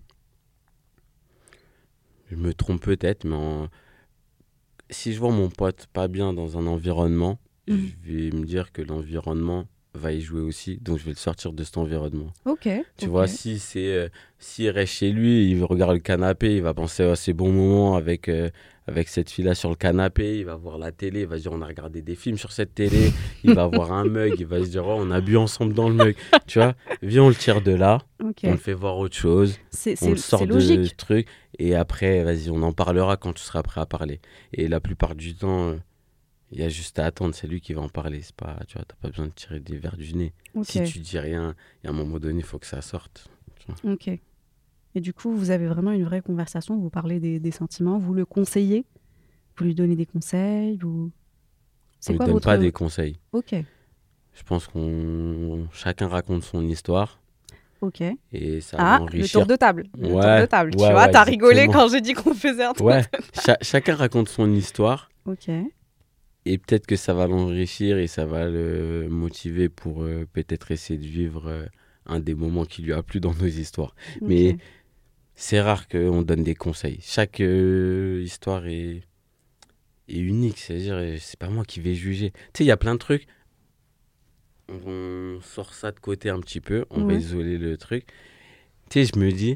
D: Je me trompe peut-être, mais si je vois mon pote pas bien dans un environnement, je vais me dire que l'environnement va y jouer aussi, donc je vais le sortir de cet environnement.
C: Ok.
D: Tu vois, s'il reste chez lui, il regarde le canapé, il va penser à ses bons moments avec cette fille-là sur le canapé, il va voir la télé, il va se dire on a regardé des films sur cette télé, il va voir un mug, il va se dire oh, on a bu ensemble dans le mug. Tu vois, viens, on le tire de là, on le fait voir autre chose, on le sort de ce truc, et après, vas-y, on en parlera quand tu seras prêt à parler. Et la plupart du temps... Il y a juste à attendre, c'est lui qui va en parler. C'est pas, tu vois, t'as pas besoin de tirer des verres du nez. Si tu dis rien, il y a un moment donné, il faut que ça sorte.
C: Ok. Et du coup, vous avez vraiment une vraie conversation, vous parlez des sentiments, vous le conseillez, vous lui donnez des conseils,
D: On ne donne pas des conseils.
C: Ok.
D: Je pense chacun raconte son histoire.
C: Ok.
D: Et ça va enrichir.
C: Le tour de table.
D: Ouais,
C: tour de table. Tu vois, t'as rigolé quand j'ai dit qu'on faisait un tour de table.
D: Chacun raconte son histoire.
C: Ok.
D: Et peut-être que ça va l'enrichir et ça va le motiver pour peut-être essayer de vivre un des moments qui lui a plu dans nos histoires. Okay. Mais c'est rare qu'on donne des conseils. Chaque histoire est unique. C'est-à-dire, c'est pas moi qui vais juger. Tu sais, il y a plein de trucs. On sort ça de côté un petit peu. On va isoler le truc. Tu sais, je me dis,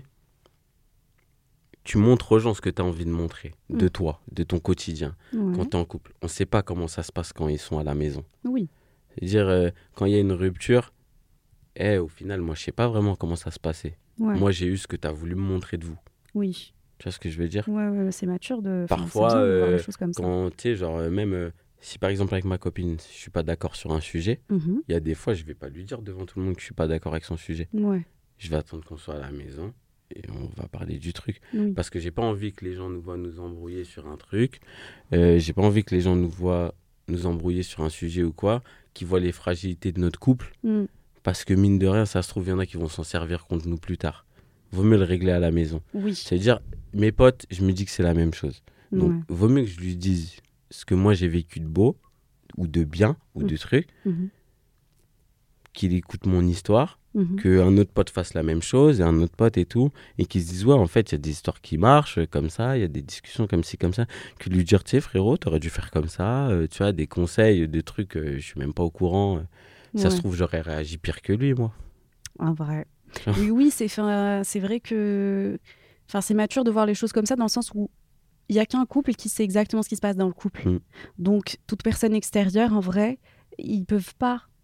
D: tu montres aux gens ce que tu as envie de montrer, de toi, de ton quotidien, quand tu es en couple. On ne sait pas comment ça se passe quand ils sont à la maison.
C: Oui.
D: C'est-à-dire, quand il y a une rupture, au final, moi, je ne sais pas vraiment comment ça se passait. Ouais. Moi, j'ai eu ce que tu as voulu me montrer de vous.
C: Oui.
D: Tu vois ce que je veux dire?
C: Ouais, c'est mature de...
D: Parfois,
C: c'est bien de voir les choses comme ça.
D: Quand, tu sais, genre, même si par exemple, avec ma copine, je ne suis pas d'accord sur un sujet, il y a des fois, je ne vais pas lui dire devant tout le monde que je ne suis pas d'accord avec son sujet.
C: Ouais.
D: Je vais attendre qu'on soit à la maison. Et on va parler du truc.
C: Oui.
D: Parce que j'ai pas envie que les gens nous voient nous embrouiller sur un truc. J'ai pas envie que les gens nous voient nous embrouiller sur un sujet ou quoi, qui voient les fragilités de notre couple. Parce que mine de rien, ça se trouve, il y en a qui vont s'en servir contre nous plus tard. Vaut mieux le régler à la maison.
C: Oui.
D: C'est-à-dire, mes potes, je me dis que c'est la même chose. Donc, vaut mieux que je lui dise ce que moi j'ai vécu de beau, ou de bien, ou de trucs, qu'il écoute mon histoire, qu'un autre pote fasse la même chose, et un autre pote et tout, et qu'ils se disent, ouais, en fait, il y a des histoires qui marchent comme ça, il y a des discussions comme ci, comme ça, que lui dire, tu sais, frérot, t'aurais dû faire comme ça, tu vois, des conseils, des trucs, je suis même pas au courant. Ça se trouve, j'aurais réagi pire que lui, moi.
C: En vrai. Oui, c'est vrai que... Enfin, c'est mature de voir les choses comme ça, dans le sens où il n'y a qu'un couple qui sait exactement ce qui se passe dans le couple. Donc, toute personne extérieure, en vrai, ils peuvent pas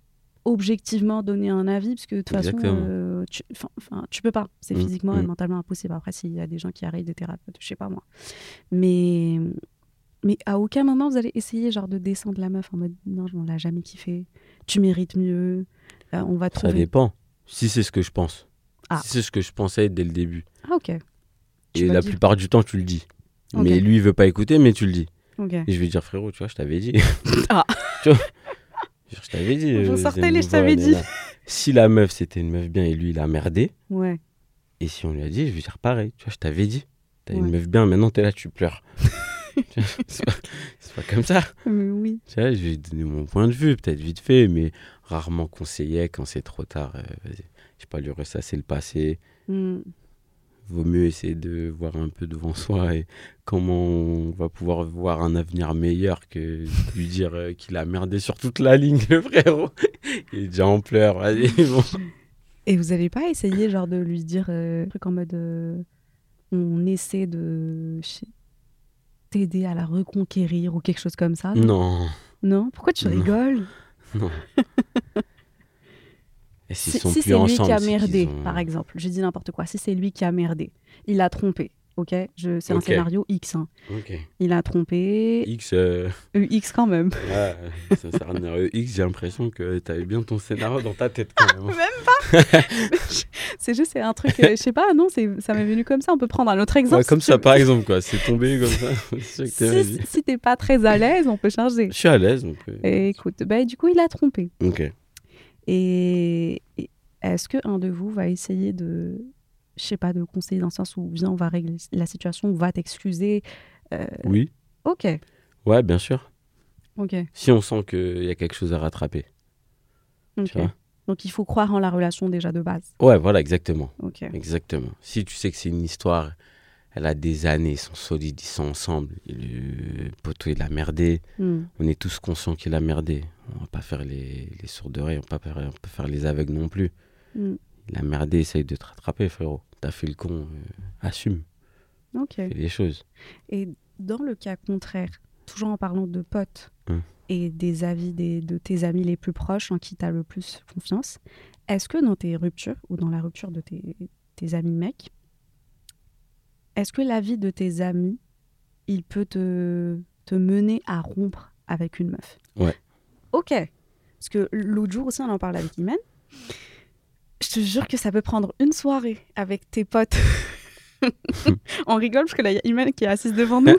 C: objectivement donner un avis, parce que de toute façon,
D: Exactement.
C: tu peux pas. C'est physiquement et mentalement impossible. Après, s'il y a des gens qui arrivent, des thérapeutes, je sais pas moi. Mais à aucun moment, vous allez essayer genre de descendre la meuf en mode non, on l'a jamais kiffé, tu mérites mieux, on va
D: Ça
C: trouver.
D: dépend. Si c'est ce que je pense.
C: Ah.
D: Si c'est ce que je pensais dès le début.
C: Ah, ok. Tu
D: Et
C: vas
D: la
C: le dire.
D: plupart du temps, tu le dis.
C: Ok.
D: Mais lui, il veut pas écouter, mais tu le dis.
C: Ok.
D: Et je vais dire, frérot, tu vois, je t'avais dit.
C: Ah.
D: Tu vois, je t'avais dit.
C: Bonjour,
D: c'est
C: sortez les, je
D: nouveau,
C: t'avais dit.
D: nana. Si la meuf, c'était une meuf bien et lui, il a merdé,
C: Ouais.
D: et si on lui a dit, je vais dire pareil. Tu vois, je t'avais dit. T'as
C: Ouais.
D: une meuf bien, maintenant t'es là, tu pleures. Tu vois, c'est pas comme ça.
C: Mais oui.
D: Tu vois, je vais donner mon point de vue, peut-être vite fait, mais rarement conseillé quand c'est trop tard. Vas-y, je vais pas lui ressasser le passé. Vaut mieux essayer de voir un peu devant soi et comment on va pouvoir voir un avenir meilleur que de lui dire qu'il a merdé sur toute la ligne, le frérot. Il est déjà en pleurs, vas-y, bon.
C: Et vous n'allez pas essayer genre de lui dire un truc en mode on essaie de t'aider à la reconquérir ou quelque chose comme ça?
D: Non,
C: Non? Pourquoi tu
D: Non.
C: rigoles?
D: non. Et s'ils
C: Si
D: sont
C: c'est
D: plus
C: lui
D: ensemble,
C: qui a
D: c'est qu'ils
C: merdé,
D: ont-
C: par exemple, je dis n'importe quoi, si c'est lui qui a merdé, il a trompé, ok? C'est un
D: Ok.
C: scénario X, hein.
D: Ok.
C: Il a trompé,
D: X,
C: X quand même.
D: ouais, ça sert à rien. X, j'ai l'impression que t'avais bien ton scénario dans ta tête quand même.
C: C'est juste, c'est un truc, je sais pas, non, ça m'est venu comme ça, on peut prendre un autre exemple.
D: Ouais, comme
C: si
D: ça,
C: tu-
D: par exemple, quoi. C'est tombé comme ça. C'est sûr que t'es vas-y.
C: Si t'es pas très à l'aise, on peut changer.
D: Je suis à l'aise, donc.
C: Et écoute, bah, du coup, il a trompé.
D: Ok.
C: Et est-ce qu'un de vous va essayer de, je sais pas, de conseiller dans le sens où viens, on va régler la situation, on va t'excuser.
D: Oui.
C: Ok,
D: Ouais, bien sûr.
C: ok,
D: Si on sent qu'il y a quelque chose à rattraper.
C: ok.
D: Tu vois.
C: Donc il faut croire en la relation déjà de base.
D: Ouais, voilà, exactement.
C: Ok.
D: Exactement. Si tu sais que c'est une histoire, elle a des années, ils sont solides, ils sont ensemble. Et le poteau, il a merdé.
C: Hmm.
D: On est tous conscients qu'il a merdé. On va pas faire les sourds d'oreilles, on va pas faire les aveugles non plus.
C: Hmm.
D: Il a merdé, essaye de te rattraper, frérot. T'as fait le con, assume,
C: Ok.
D: fais les choses.
C: Et dans le cas contraire, toujours en parlant de potes et des avis de tes amis les plus proches en qui tu as le plus confiance, est-ce que dans tes ruptures ou dans la rupture de tes amis mecs, est-ce que l'avis de tes amis, il peut te mener à rompre avec une meuf?
D: Ouais.
C: Ok. Parce que l'autre jour aussi, on en parlait avec Imen. Je te jure que ça peut prendre une soirée avec tes potes. On rigole parce que là, il y a Imen qui est assise devant nous.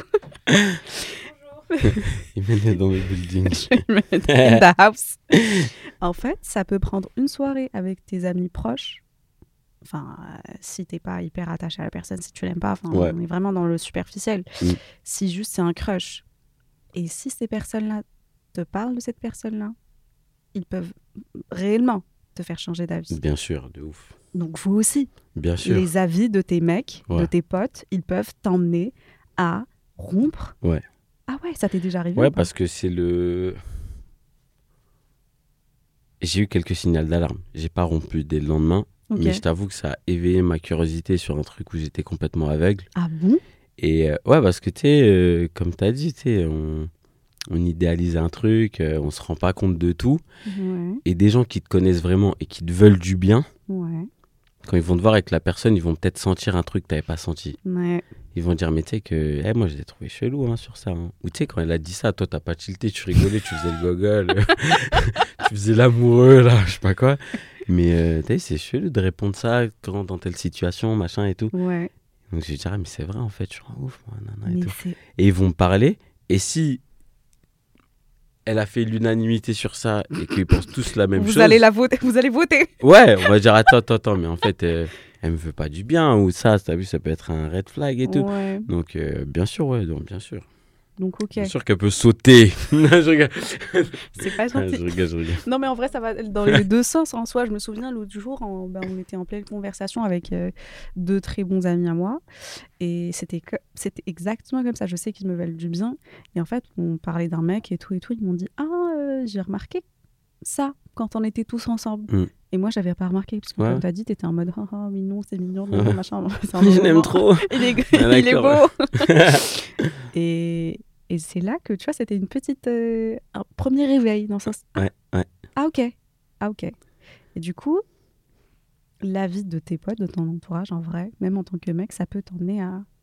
D: Il mène dans le building.
C: In the house. En fait, ça peut prendre une soirée avec tes amis proches. Enfin, si t'es pas hyper attaché à la personne, si tu l'aimes pas, enfin,
D: Ouais.
C: on est vraiment dans le superficiel.
D: Mm.
C: Si juste c'est un crush. Et si ces personnes-là te parlent de cette personne-là, ils peuvent réellement te faire changer d'avis.
D: Bien sûr, de ouf.
C: Donc vous aussi,
D: Bien sûr.
C: les avis de tes mecs, de
D: Ouais.
C: tes potes, ils peuvent t'emmener à rompre.
D: Ouais.
C: Ah ouais, ça t'est déjà arrivé?
D: Ouais,
C: ou pas?
D: parce que c'est le... J'ai eu quelques signaux d'alarme. J'ai pas rompu dès le lendemain,
C: Ok.
D: mais je t'avoue que ça a éveillé ma curiosité sur un truc où j'étais complètement aveugle.
C: Ah bon?
D: Et ouais, parce que tu sais, comme tu as dit, tu sais, on idéalise un truc, on se rend pas compte de tout.
C: Ouais,
D: Et des gens qui te connaissent vraiment et qui te veulent du bien,
C: ouais,
D: quand ils vont te voir avec la personne, ils vont peut-être sentir un truc que tu n'avais pas senti.
C: ouais.
D: Ils vont dire, mais tu sais que moi, je l'ai trouvé chelou sur ça. Hein. Ou tu sais, quand elle a dit ça, toi, t'as pas tilté, tu rigolais, tu faisais le gogol, tu faisais l'amoureux, là, je sais pas quoi. Mais tu sais, c'est chelou de répondre ça dans telle situation, machin et tout.
C: Ouais.
D: Donc je vais dire, ah, mais c'est vrai, en fait, je suis un ouf, moi, nana, et
C: Mais
D: tout.
C: c'est...
D: Et ils vont me parler. Et si elle a fait l'unanimité sur ça et qu'ils pensent tous la même
C: Vous
D: chose,
C: allez la voter, vous allez voter.
D: ouais, on va dire attends, mais en fait, elle me veut pas du bien ou ça, t'as vu, ça peut être un red flag et tout.
C: Ouais.
D: Donc bien sûr, ouais, donc, bien sûr.
C: Donc ok,
D: Bien sûr qu'elle peut sauter. Non, je rigole.
C: c'est pas
D: Ah,
C: gentil.
D: je rigole.
C: Non mais en vrai ça va dans les deux sens en soi. Je me souviens l'autre jour, on était en pleine conversation avec deux très bons amis à moi et c'était exactement comme ça. Je sais qu'ils me veulent du bien et en fait on parlait d'un mec et tout, ils m'ont dit j'ai remarqué ça quand on était tous ensemble.
D: Mm.
C: Et moi j'avais pas remarqué parce que
D: Ouais.
C: comme t'as dit t'étais en mode mignon, c'est mignon,
D: Ouais.
C: machin. C'est un
D: Je
C: moment.
D: l'aime trop.
C: Il est,
D: Ah,
C: il est
D: d'accord.
C: beau. Et c'est là que, tu vois, c'était une petite... un premier réveil dans ce sens.
D: Ouais.
C: Ah, ok. Ah, ok. Et du coup, l'avis de tes potes, de ton entourage, en vrai, même en tant que mec, ça peut t'emmener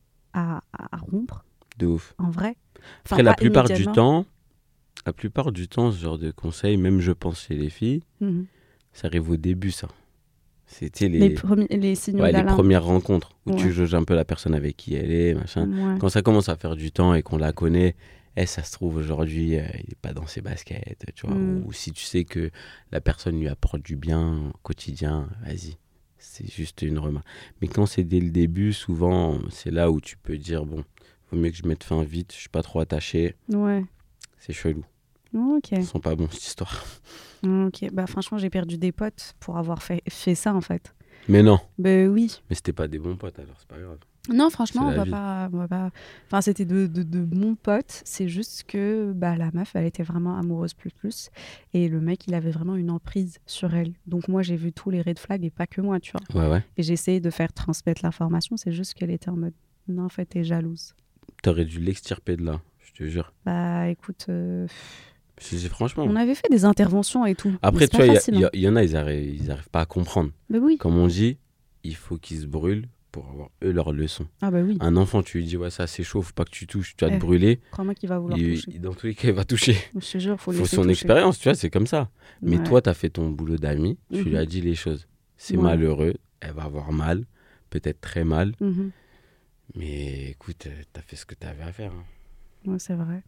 C: à rompre,
D: De ouf.
C: en vrai. Enfin,
D: Après, la
C: pas
D: plupart du
C: immédiatement.
D: temps, ce genre de conseils, même je pense chez les filles,
C: Mhm.
D: ça arrive au début, ça. C'était
C: Les signaux
D: les
C: d'alarme.
D: premières rencontres où tu
C: Ouais.
D: jauges un peu la personne avec qui elle est, machin.
C: Ouais.
D: Quand ça commence à faire du temps et qu'on la connaît, ça se trouve aujourd'hui, il n'est pas dans ses baskets, tu vois.
C: Mm.
D: Ou si tu sais que la personne lui apporte du bien au quotidien, vas-y, c'est juste une remarque. Mais quand c'est dès le début, souvent, c'est là où tu peux dire, bon, vaut mieux que je mette fin vite, je suis pas trop attaché,
C: Ouais.
D: c'est chelou.
C: Ok.
D: Ils sont pas bons, cette histoire.
C: Ok. Bah, franchement, j'ai perdu des potes pour avoir fait ça, en fait.
D: Mais non,
C: Ben oui.
D: mais c'était pas des bons potes, alors c'est pas grave.
C: Non, franchement,
D: C'est la vie.
C: on va pas. Enfin, c'était de bons potes. C'est juste que bah, la meuf, elle était vraiment amoureuse plus. Et le mec, il avait vraiment une emprise sur elle. Donc moi, j'ai vu tous les red flags et pas que moi, tu vois.
D: Ouais, ouais.
C: Et j'ai essayé de faire transmettre l'information. C'est juste qu'elle était en mode, non, en fait, t'es jalouse.
D: T'aurais dû l'extirper de là, je te jure.
C: Bah, écoute,
D: Franchement.
C: on avait fait des interventions et tout.
D: Après,
C: mais
D: tu
C: c'est
D: vois,
C: pas
D: il
C: facile, hein.
D: y en a, ils arrivent pas à comprendre.
C: Bah oui.
D: Comme on dit, il faut qu'ils se brûlent pour avoir eux leur leçon.
C: Ah bah oui.
D: Un enfant, tu lui dis, ouais, ça c'est chaud, faut pas que tu touches, tu vas
C: Eh,
D: te brûler.
C: Crois-moi qu'il va vouloir toucher.
D: Dans tous les cas, il va toucher.
C: Je te jure, faut
D: Faut
C: laisser
D: son
C: toucher.
D: expérience, tu vois, c'est comme ça. Mais
C: Ouais.
D: toi, t'as fait ton boulot d'ami, tu lui
C: Mhm.
D: as dit les choses. C'est
C: Ouais.
D: malheureux, elle va avoir mal, peut-être très mal.
C: Mhm.
D: Mais écoute, t'as fait ce que t'avais à faire. Hein.
C: Ouais, c'est vrai.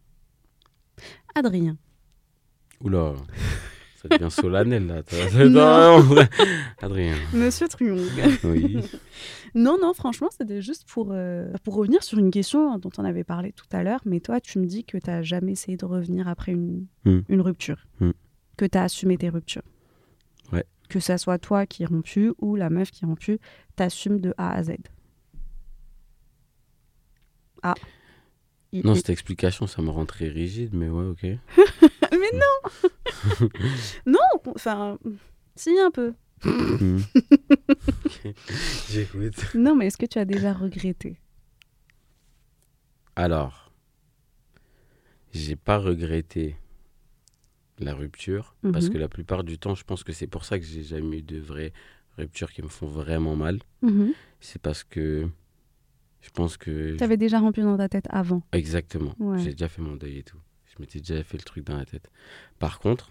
C: Adrien.
D: Oula, ça devient solennel là.
C: Non.
D: Adrien.
C: Monsieur Truong.
D: Oui.
C: Non, franchement, c'était juste pour revenir sur une question dont on avait parlé tout à l'heure. Mais toi, tu me dis que tu n'as jamais essayé de revenir après une rupture. Que tu as assumé tes ruptures.
D: Ouais.
C: Que ça soit toi qui es rompu ou la meuf qui est rompue, t'assumes de A à Z. Ah.
D: Non, cette explication, ça me rend très rigide, mais ouais, ok.
C: Mais non. Non, enfin, si, un peu.
D: J'écoute.
C: Non, mais est-ce que tu as déjà regretté?
D: Alors, j'ai pas regretté la rupture, parce que la plupart du temps, je pense que c'est pour ça que j'ai jamais eu de vraies ruptures qui me font vraiment mal. C'est parce que je pense que...
C: Tu avais déjà rompu dans ta tête avant.
D: Exactement.
C: Ouais.
D: J'ai déjà fait mon deuil et tout. Je m'étais déjà fait le truc dans la tête. Par contre,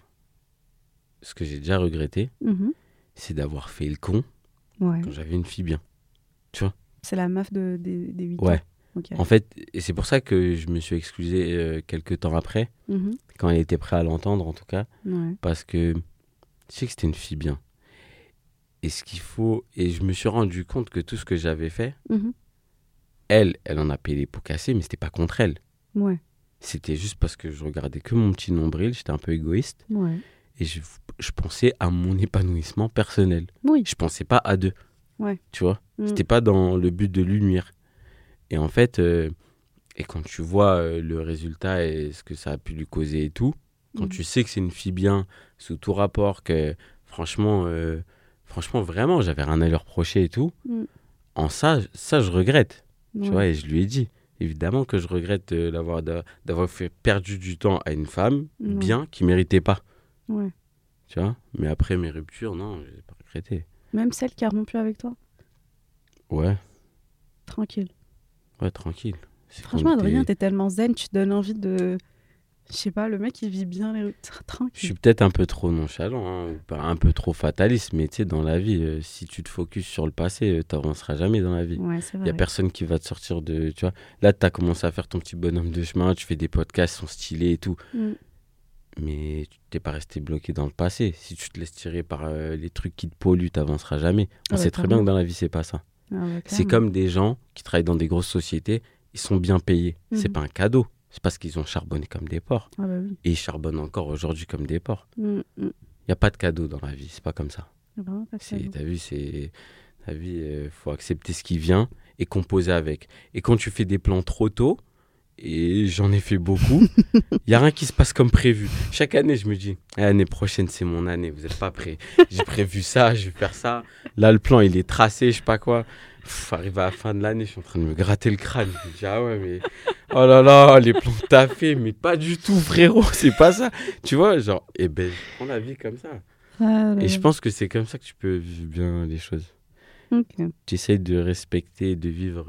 D: ce que j'ai déjà regretté, c'est d'avoir fait le con
C: Ouais.
D: quand j'avais une fille bien.
C: C'est la meuf des 8 ans.
D: Ouais.
C: Ok.
D: En fait, et c'est pour ça que je me suis excusé quelques temps après, quand elle était prête à l'entendre en tout cas,
C: Ouais.
D: parce que je sais que c'était une fille bien. Et ce qu'il faut, et je me suis rendu compte que tout ce que j'avais fait, elle en a payé les pots cassés, mais c'était pas contre elle.
C: Ouais.
D: C'était juste parce que je regardais que mon petit nombril, j'étais un peu égoïste,
C: Ouais.
D: et je pensais à mon épanouissement personnel.
C: Oui.
D: Je pensais pas à deux.
C: Ouais.
D: Tu vois, c'était pas dans le but de lui nuire. Et en fait, et quand tu vois le résultat et ce que ça a pu lui causer et tout, quand tu sais que c'est une fille bien, sous tout rapport, que franchement, vraiment, j'avais rien à lui reprocher et tout, en ça, je regrette. Tu vois, et je lui ai dit, évidemment que je regrette d'avoir fait perdu du temps à une femme bien qui méritait pas.
C: Ouais.
D: Tu vois, mais après mes ruptures, non, je n'ai pas regretté.
C: Même celle qui a rompu avec toi?
D: Ouais.
C: Tranquille.
D: Ouais, tranquille.
C: Franchement, Adrien, t'es tellement zen, tu donnes envie de... Je sais pas, le mec, il vit bien les rues. Tranquille.
D: Je suis peut-être un peu trop nonchalant, hein, ou pas un peu trop fataliste, mais tu sais, dans la vie, si tu te focuses sur le passé, t'avanceras jamais dans la vie.
C: Ouais, c'est
D: Il
C: vrai.
D: y a personne qui va te sortir de... Tu vois, là, t'as commencé à faire ton petit bonhomme de chemin, tu fais des podcasts, ils sont stylés et tout. Mais tu t'es pas resté bloqué dans le passé. Si tu te laisses tirer par les trucs qui te polluent, t'avanceras jamais. On sait très bien que dans la vie, c'est pas ça. C'est comme des gens qui travaillent dans des grosses sociétés, ils sont bien payés. C'est pas un cadeau. C'est parce qu'ils ont charbonné comme des porcs.
C: Ah bah oui.
D: Et ils charbonnent encore aujourd'hui comme des porcs. Il n'y a pas de cadeau dans la vie, c'est pas comme ça.
C: Vraiment pas de cadeau.
D: Ta vie, faut accepter ce qui vient et composer avec. Et quand tu fais des plans trop tôt, et j'en ai fait beaucoup, il n'y a rien qui se passe comme prévu. Chaque année, je me dis, l'année prochaine, c'est mon année, vous n'êtes pas prêts. J'ai prévu ça, je vais faire ça. Là, le plan, il est tracé, je sais pas quoi. Arrivé à la fin de l'année, je suis en train de me gratter le crâne. Je me dis, ah ouais, mais oh là là, les plans que t'as fait, mais pas du tout, frérot, c'est pas ça. Tu vois, genre, je prends la vie comme ça. Et je pense que c'est comme ça que tu peux vivre bien les choses.
C: Ok.
D: Tu essayes de respecter et de vivre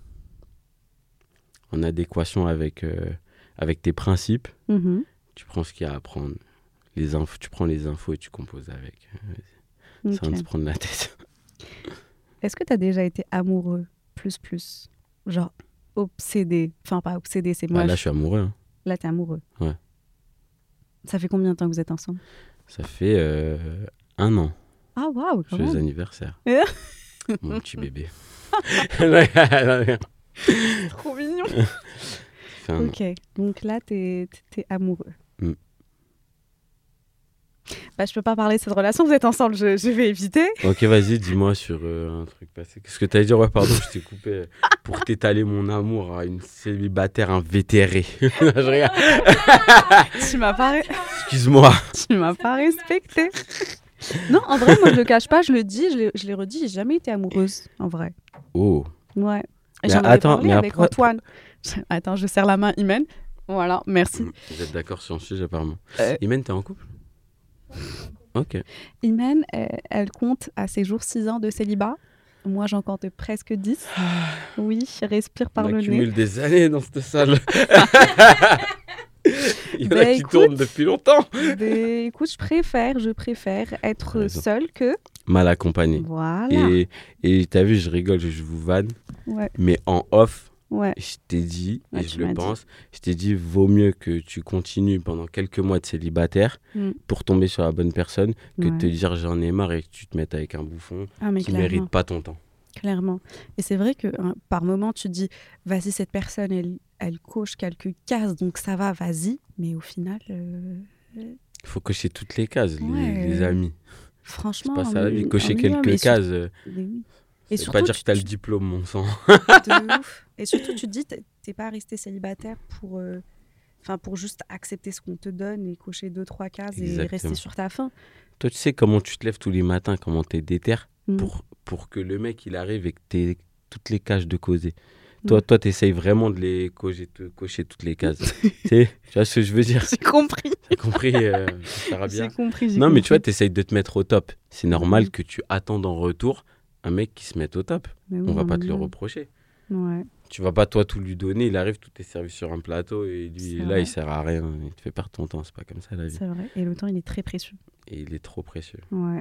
D: en adéquation avec tes principes.
C: Mhm.
D: Tu prends ce qu'il y a à prendre. Tu prends les infos et tu composes avec.
C: Ok.
D: Sans te prendre la tête.
C: Est-ce que tu as déjà été amoureux plus? Genre obsédé. Enfin, pas obsédé, c'est moi.
D: Là, je suis amoureux. Hein.
C: Là, t'es amoureux.
D: Ouais.
C: Ça fait combien de temps que vous êtes ensemble?
D: Ça fait 1 an.
C: Ah, waouh, quand
D: Joyeux
C: même.
D: anniversaire. Mon petit bébé.
C: Trop mignon.
D: Ça fait 1 an.
C: Ok, donc là, t'es amoureux.
D: Mm.
C: Bah, je peux pas parler de cette relation, vous êtes ensemble, je vais éviter.
D: Ok, vas-y, dis-moi sur un truc passé. Qu'est-ce que t'allais dire? Ouais, pardon, je t'ai coupé pour t'étaler mon amour à une célibataire invétérée. Je regarde.
C: Tu m'as pas,
D: Excuse-moi.
C: tu m'as pas respecté. Non, en vrai, moi, je le cache pas, je le dis, je l'ai redit, j'ai jamais été amoureuse, en vrai.
D: Oh.
C: Ouais. Et
D: Mais
C: j'en avais
D: attends,
C: parlé
D: mais
C: avec
D: après-
C: Antoine. Attends, je serre la main, Imen. Voilà, merci.
D: Vous êtes d'accord sur un sujet, apparemment.
C: Euh.
D: Imen, t'es en couple? Ok.
C: Imen, elle compte à ses jours 6 ans de célibat. Moi, j'en compte presque 10. Oui, respire par
D: On
C: le
D: accumule
C: nez.
D: des années dans cette salle. Il y en a
C: Bah,
D: qui
C: écoute.
D: tournent depuis longtemps.
C: Écoute, je préfère être
D: Raison.
C: seule que...
D: Mal accompagné.
C: Voilà.
D: Et t'as vu, je rigole, je vous vanne.
C: Ouais,
D: Mais en off,
C: ouais.
D: je t'ai dit,
C: Ouais,
D: et
C: tu
D: je le
C: m'as
D: pense, je t'ai dit, vaut mieux que tu continues pendant quelques mois de célibataire
C: Mm.
D: pour tomber sur la bonne personne que de
C: Ouais.
D: te dire j'en ai marre et que tu te mettes avec un bouffon
C: Ah, mais
D: qui
C: clairement.
D: mérite pas ton temps.
C: Clairement. Et c'est vrai que par moment, tu te dis, vas-y, cette personne, elle coche quelques cases, donc ça va, vas-y. Mais au final,
D: Il faut cocher toutes les cases,
C: Ouais.
D: les amis. C'est
C: franchement...
D: pas ça la vie.
C: un
D: Cocher
C: minimum.
D: quelques cases,
C: Mais oui. Et
D: c'est
C: surtout,
D: pas dire que t'as le
C: tu-
D: diplôme, mon sang.
C: de ouf. Et surtout, tu te dis, t'es pas resté célibataire pour, pour juste accepter ce qu'on te donne et cocher 2-3 cases et
D: Exactement.
C: rester sur ta faim.
D: Toi, tu sais comment tu te lèves tous les matins, comment t'es déter
C: Mm.
D: pour que le mec, il arrive et que t'aies toutes les cases de causer.
C: Mm.
D: Toi, t'essayes vraiment de les cocher toutes les cases. Tu vois ce que je veux dire?
C: J'ai compris.
D: T'as compris, Sarabia?
C: J'ai compris.
D: Non, mais tu vois, t'essayes de te mettre au top. C'est normal
C: Mhm.
D: que tu attendes en retour un mec qui se mette au top. On va pas te le reprocher.
C: Ouais.
D: Tu vas pas, toi, tout lui donner. Il arrive, tout est servi sur un plateau et lui,
C: C'est
D: là,
C: vrai.
D: il sert à rien. Il te fait perdre ton temps. C'est pas comme ça, la vie.
C: C'est vrai. Et le temps, il est très précieux.
D: Et il est trop précieux.
C: Ouais.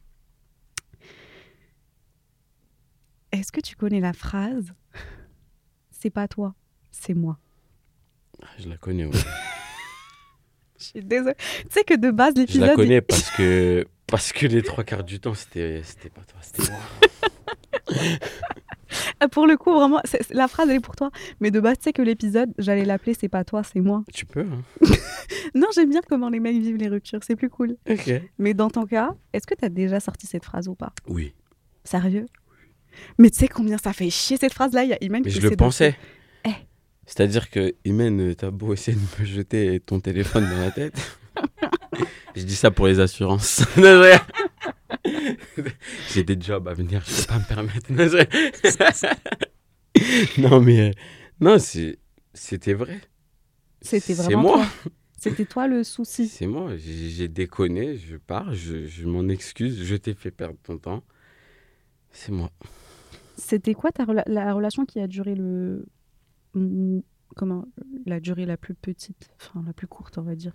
C: Est-ce que tu connais la phrase « C'est pas toi, c'est moi
D: Je la connais, ouais. ».
C: Je suis désolée. Tu sais que de base,
D: Je
C: l'épisode...
D: la connais parce que les 3/4 du temps, c'était pas toi, c'était moi.
C: Pour le coup, vraiment, la phrase, elle est pour toi. Mais de base, tu sais que l'épisode, j'allais l'appeler « C'est pas toi, c'est moi
D: Tu peux, hein. ».
C: Non, j'aime bien comment les mecs vivent les ruptures. C'est plus cool.
D: Ok.
C: Mais dans ton cas, est-ce que tu as déjà sorti cette phrase ou pas?
D: Oui.
C: Sérieux? Mais tu sais combien ça fait chier cette phrase-là? Il y a Iman
D: Mais
C: qui
D: je
C: essaie
D: le
C: de-
D: pensais.
C: Eh.
D: C'est-à-dire que, Imen, t'as beau essayer de me jeter ton téléphone dans la tête. Je dis ça pour les assurances. Non, je rigole. J'ai des jobs à venir, je peux pas me permettre. Non, je rigole. Non, mais non, c'était vrai.
C: C'était
D: C'est
C: vraiment
D: moi.
C: toi. C'était toi le souci.
D: C'est moi. J'ai déconné, je pars, je m'en excuse, je t'ai fait perdre ton temps. C'est moi.
C: C'était quoi la relation qui a duré la durée la plus petite, enfin la plus courte, on va dire.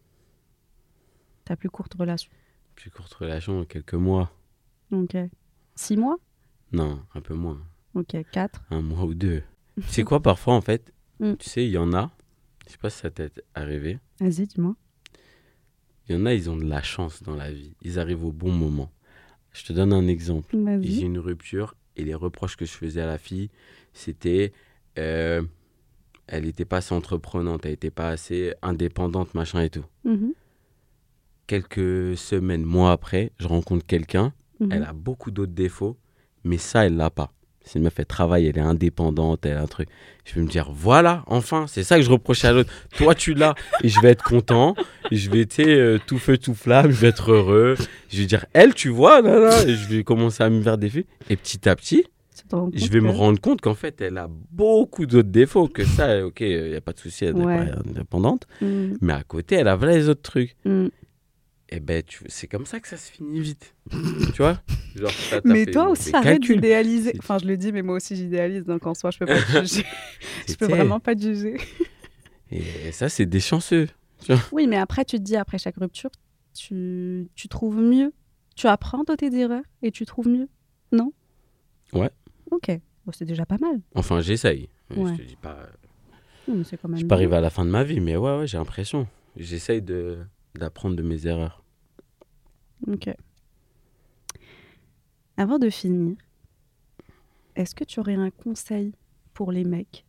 C: Ta plus courte relation.
D: Plus courte relation, quelques mois.
C: Ok. 6 mois?
D: Non, un peu moins.
C: Ok, 4.
D: 1 mois ou 2. Tu sais quoi, parfois, en fait,
C: Mm.
D: tu sais, il y en a, je sais pas si ça t'est arrivé,
C: Vas-y, dis-moi.
D: il y en a, ils ont de la chance dans la vie. Ils arrivent au bon moment. Je te donne un exemple. J'ai
C: Vas-y.
D: une rupture et les reproches que je faisais à la fille, c'était elle n'était pas assez entreprenante, elle n'était pas assez indépendante, machin et tout.
C: Mhm,
D: Quelques semaines, mois après, je rencontre quelqu'un,
C: mhm.
D: elle a beaucoup d'autres défauts, mais ça, elle l'a pas. C'est une meuf, elle travaille, elle est indépendante, elle a un truc. Je vais me dire, voilà, enfin, c'est ça que je reprochais à l'autre. Toi, tu l'as, et je vais être content, et je vais être tout feu, tout flamme, je vais être heureux. Je vais dire, elle, tu vois, là, là, et je vais commencer à me faire des filles. Et petit à petit,
C: Tu te rends
D: je
C: compte
D: vais me
C: que-
D: rendre compte qu'en fait, elle a beaucoup d'autres défauts que ça. Ok, il n'y a pas de souci, elle n'est
C: Ouais.
D: pas indépendante.
C: Mm,
D: Mais à côté, elle a voilà les autres trucs.
C: mm.
D: eh ben, c'est comme ça que ça se finit vite. Tu vois? Genre, t'as
C: Mais
D: fait
C: toi aussi,
D: des
C: arrête
D: calculs.
C: d'idéaliser. Enfin, je le dis, mais moi aussi, j'idéalise. Donc, en soi, je peux pas te juger. Je peux
D: C'était-
C: vraiment pas te juger.
D: Et ça, c'est des chanceux.
C: Oui, mais après, tu te dis, après chaque rupture, tu trouves mieux. Tu apprends de tes erreurs et tu trouves mieux. Non?
D: Ouais.
C: Ok. Bon, c'est déjà pas mal.
D: Enfin, j'essaye.
C: Ouais.
D: Je te dis pas...
C: Oui, mais c'est quand même
D: Je suis pas
C: bien.
D: arrivé à la fin de ma vie, mais ouais, j'ai l'impression. J'essaye d'apprendre de mes erreurs.
C: Ok. Avant de finir, est-ce que tu aurais un conseil pour les mecs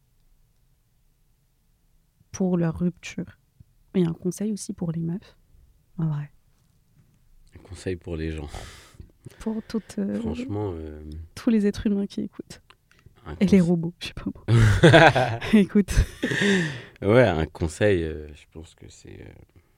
C: pour leur rupture? Et un conseil aussi pour les meufs? En vrai.
D: Un conseil pour les gens.
C: Pour
D: Franchement,
C: tous les êtres humains qui écoutent.
D: un
C: Et les
D: conseil-
C: robots, je sais pas moi. Écoute.
D: Ouais, un conseil, je pense que c'est...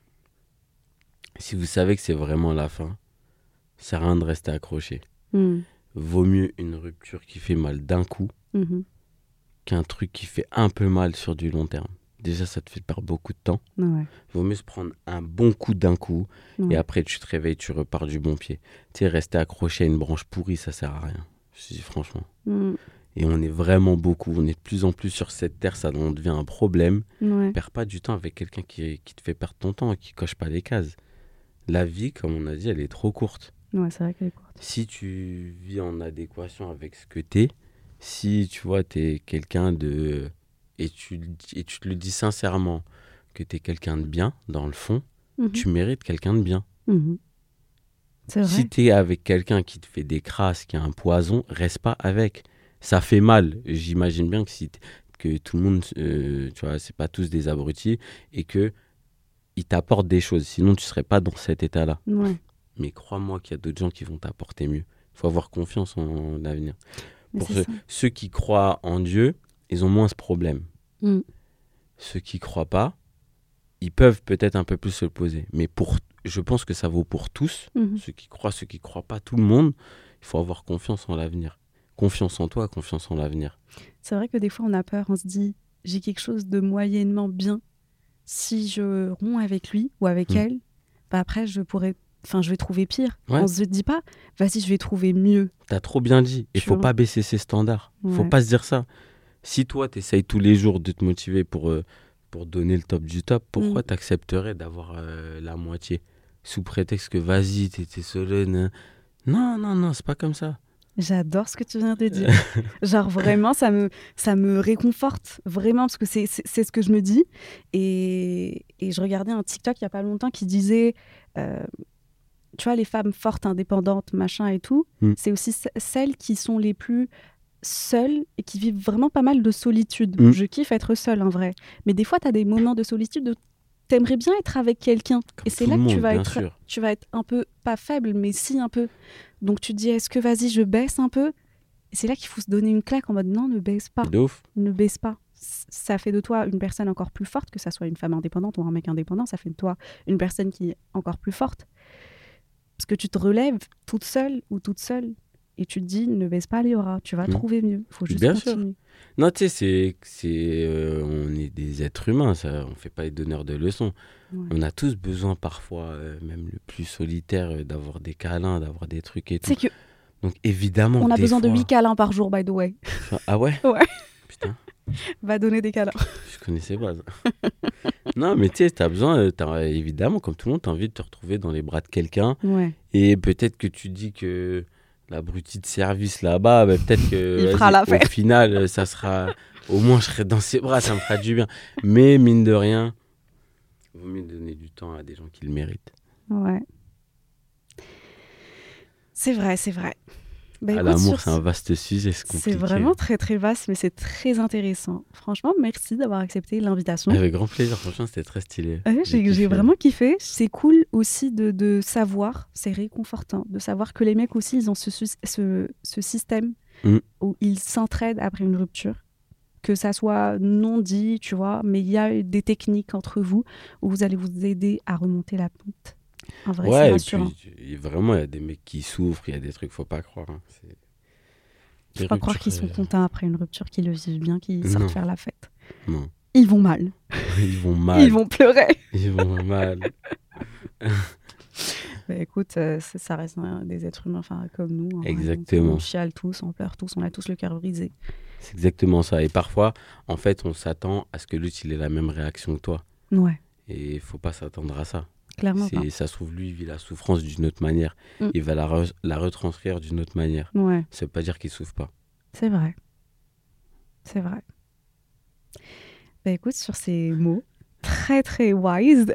D: si vous savez que c'est vraiment la fin, ça sert à rien de rester accroché.
C: Hmm.
D: Vaut mieux une rupture qui fait mal d'un coup
C: Mhm.
D: qu'un truc qui fait un peu mal sur du long terme. Déjà, ça te fait perdre beaucoup de temps.
C: Ouais.
D: Vaut mieux se prendre un bon coup d'un coup
C: Ouais.
D: et après tu te réveilles, tu repars du bon pied. Tu sais, rester accroché à une branche pourrie, ça sert à rien. Je te dis franchement.
C: Hmm.
D: Et on est vraiment beaucoup, on est de plus en plus sur cette terre, ça en devient un problème.
C: Ouais.
D: Perds pas du temps avec quelqu'un qui te fait perdre ton temps et qui coche pas les cases. La vie, comme on a dit, elle est trop courte.
C: Ouais, c'est vrai qu'elle est courte.
D: Si tu vis en adéquation avec ce que t'es, si tu vois, t'es quelqu'un de... Et tu te le dis sincèrement que t'es quelqu'un de bien, dans le fond,
C: Mhm.
D: tu mérites quelqu'un de bien.
C: Mhm. C'est vrai.
D: Si t'es avec quelqu'un qui te fait des crasses, qui a un poison, reste pas avec. Ça fait mal. J'imagine bien que tout le monde, tu vois, c'est pas tous des abrutis et que ils t'apportent des choses. Sinon, tu serais pas dans cet état-là.
C: Ouais.
D: Mais crois-moi qu'il y a d'autres gens qui vont t'apporter mieux. Il faut avoir confiance en l'avenir.
C: Mais
D: Pour
C: c'est ça.
D: ceux qui croient en Dieu, ils ont moins ce problème.
C: Mm.
D: Ceux qui croient pas, ils peuvent peut-être un peu plus se le poser. Mais je pense que ça vaut pour tous.
C: Mhm.
D: Ceux qui croient pas, tout le monde. Il faut avoir confiance en l'avenir. Confiance en toi, confiance en l'avenir.
C: C'est vrai que des fois, on a peur. On se dit, j'ai quelque chose de moyennement bien. Si je romps avec lui ou avec
D: Mm.
C: elle, bah après, je vais trouver pire.
D: Ouais.
C: On se dit pas, vas-y, je vais trouver mieux.
D: T'as trop bien dit. Il
C: Tu
D: faut
C: vois.
D: pas baisser ses standards. Faut
C: Ouais.
D: pas se dire ça. Si toi, t'essayes tous les jours de te motiver pour donner le top du top, pourquoi t'accepterais d'avoir la moitié sous prétexte que vas-y, t'es seul. Non, c'est pas comme ça.
C: J'adore ce que tu viens de dire. Genre vraiment, ça me réconforte vraiment parce que c'est ce que je me dis. Et je regardais un TikTok il y a pas longtemps qui disait, tu vois, les femmes fortes, indépendantes, machin et tout, c'est aussi celles qui sont les plus seules et qui vivent vraiment pas mal de solitude. Je kiffe être seule en vrai. Mais des fois, tu as des moments de solitude où t'aimerais bien être avec quelqu'un. Et c'est
D: tout
C: là
D: le
C: que
D: monde, bien sûr.
C: tu vas être un peu, pas faible, mais si un peu. Donc tu te dis, est-ce que vas-y, je baisse un peu? Et c'est là qu'il faut se donner une claque en mode non, ne baisse pas.
D: De ouf.
C: Ne baisse pas. Ça fait de toi une personne encore plus forte, que ça soit une femme indépendante ou un mec indépendant, ça fait de toi une personne qui est encore plus forte. Parce que tu te relèves toute seule ou toute seule et tu te dis, ne baisse pas les bras, tu vas trouver mieux. Il faut juste
D: Bien
C: continuer.
D: sûr. Non, tu sais, on est des êtres humains, ça, on fait pas les donneurs de leçons.
C: Ouais.
D: On a tous besoin parfois, même le plus solitaire, d'avoir des câlins, d'avoir des trucs et tout.
C: C'est que
D: Donc évidemment,
C: on a
D: des
C: besoin de
D: fois-
C: 8 câlins par jour, by the way.
D: Ah ouais?
C: Ouais.
D: Putain,
C: Va donner des câlins.
D: je connaissais pas ça. Non, mais tu sais, t'as besoin, évidemment, comme tout le monde, t'as envie de te retrouver dans les bras de quelqu'un.
C: Ouais.
D: Et peut-être que tu dis que l'abruti de service là-bas, bah, peut-être que
C: Il fera l'affaire.
D: au final, ça sera... Au moins, je serai dans ses bras, ça me fera du bien. Mais mine de rien, il vaut mieux donner du temps à des gens qui le méritent.
C: Ouais. C'est vrai, c'est vrai. Bah, écoute,
D: L'amour,
C: sur
D: c'est un vaste sujet, c'est compliqué.
C: c'est vraiment très très vaste, mais c'est très intéressant. Franchement, merci d'avoir accepté l'invitation.
D: Avec grand plaisir, franchement, c'était très stylé.
C: Ouais, j'ai
D: kiffé.
C: vraiment kiffé. C'est cool aussi de savoir, c'est réconfortant, de savoir que les mecs aussi, ils ont ce système où ils s'entraident après une rupture. Que ça soit non dit, tu vois, mais il y a des techniques entre vous où vous allez vous aider à remonter la pente. En vrai, c'est
D: Ouais, et
C: rassurant.
D: puis vraiment, il y a des mecs qui souffrent, il y a des trucs, faut pas croire. Hein.
C: Faut pas croire qu'ils sont contents après une rupture, qu'ils le vivent bien, qu'ils
D: Non.
C: sortent faire la fête.
D: Non,
C: Ils vont mal.
D: ils vont mal.
C: Ils vont pleurer.
D: Ils vont mal.
C: Bah, écoute, ça reste des êtres humains comme nous. Hein,
D: Exactement.
C: On chiale tous, on pleure tous, on a tous le cœur brisé.
D: C'est exactement ça. Et parfois, en fait, on s'attend à ce que l'autre il ait la même réaction que toi.
C: Ouais,
D: Et il faut pas s'attendre à ça.
C: clairement pas.
D: Ça se trouve, lui, il vit la souffrance d'une autre manière. Il va la retranscrire d'une autre manière.
C: Ouais,
D: Ça veut pas dire qu'il souffre pas.
C: c'est vrai. C'est vrai. Bah écoute, sur ces mots très très wise,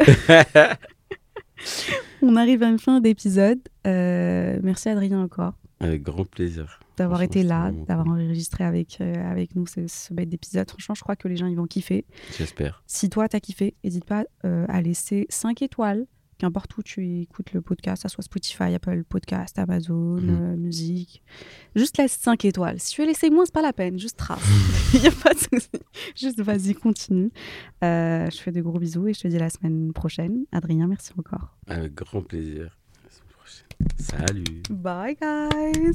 C: on arrive à une fin d'épisode. Merci Adrien encore
D: Avec grand plaisir.
C: d'avoir
D: Franchement,
C: été
D: c'était
C: là,
D: vraiment
C: d'avoir
D: cool.
C: enregistré avec nous ce bête d'épisode. Franchement, je crois que les gens ils vont kiffer.
D: J'espère.
C: Si toi t'as kiffé, n'hésite pas à laisser 5 étoiles, qu'importe où tu écoutes le podcast, ça soit Spotify, Apple Podcast, Amazon, Musique. Juste laisse 5 étoiles. Si tu veux laisser moins, c'est pas la peine, juste trace. Il n'y a pas de souci. Juste vas-y, continue. Je fais de gros bisous et je te dis à la semaine prochaine. Adrien, merci encore.
D: Avec grand plaisir. À la semaine prochaine. Salut.
C: Bye guys.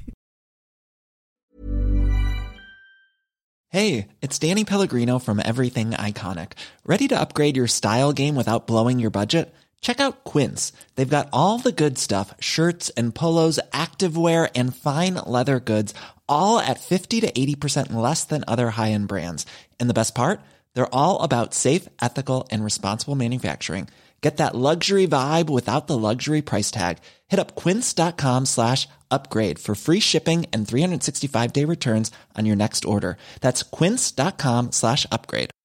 E: Hey, it's Danny Pellegrino from Everything Iconic. Ready to upgrade your style game without blowing your budget? Check out Quince. They've got all the good stuff, shirts and polos, activewear, and fine leather goods, all at 50 to 80% less than other high-end brands. And the best part? They're all about safe, ethical, and responsible manufacturing. Get that luxury vibe without the luxury price tag. Hit up quince.com/upgrade for free shipping and 365-day returns on your next order. That's quince.com/upgrade.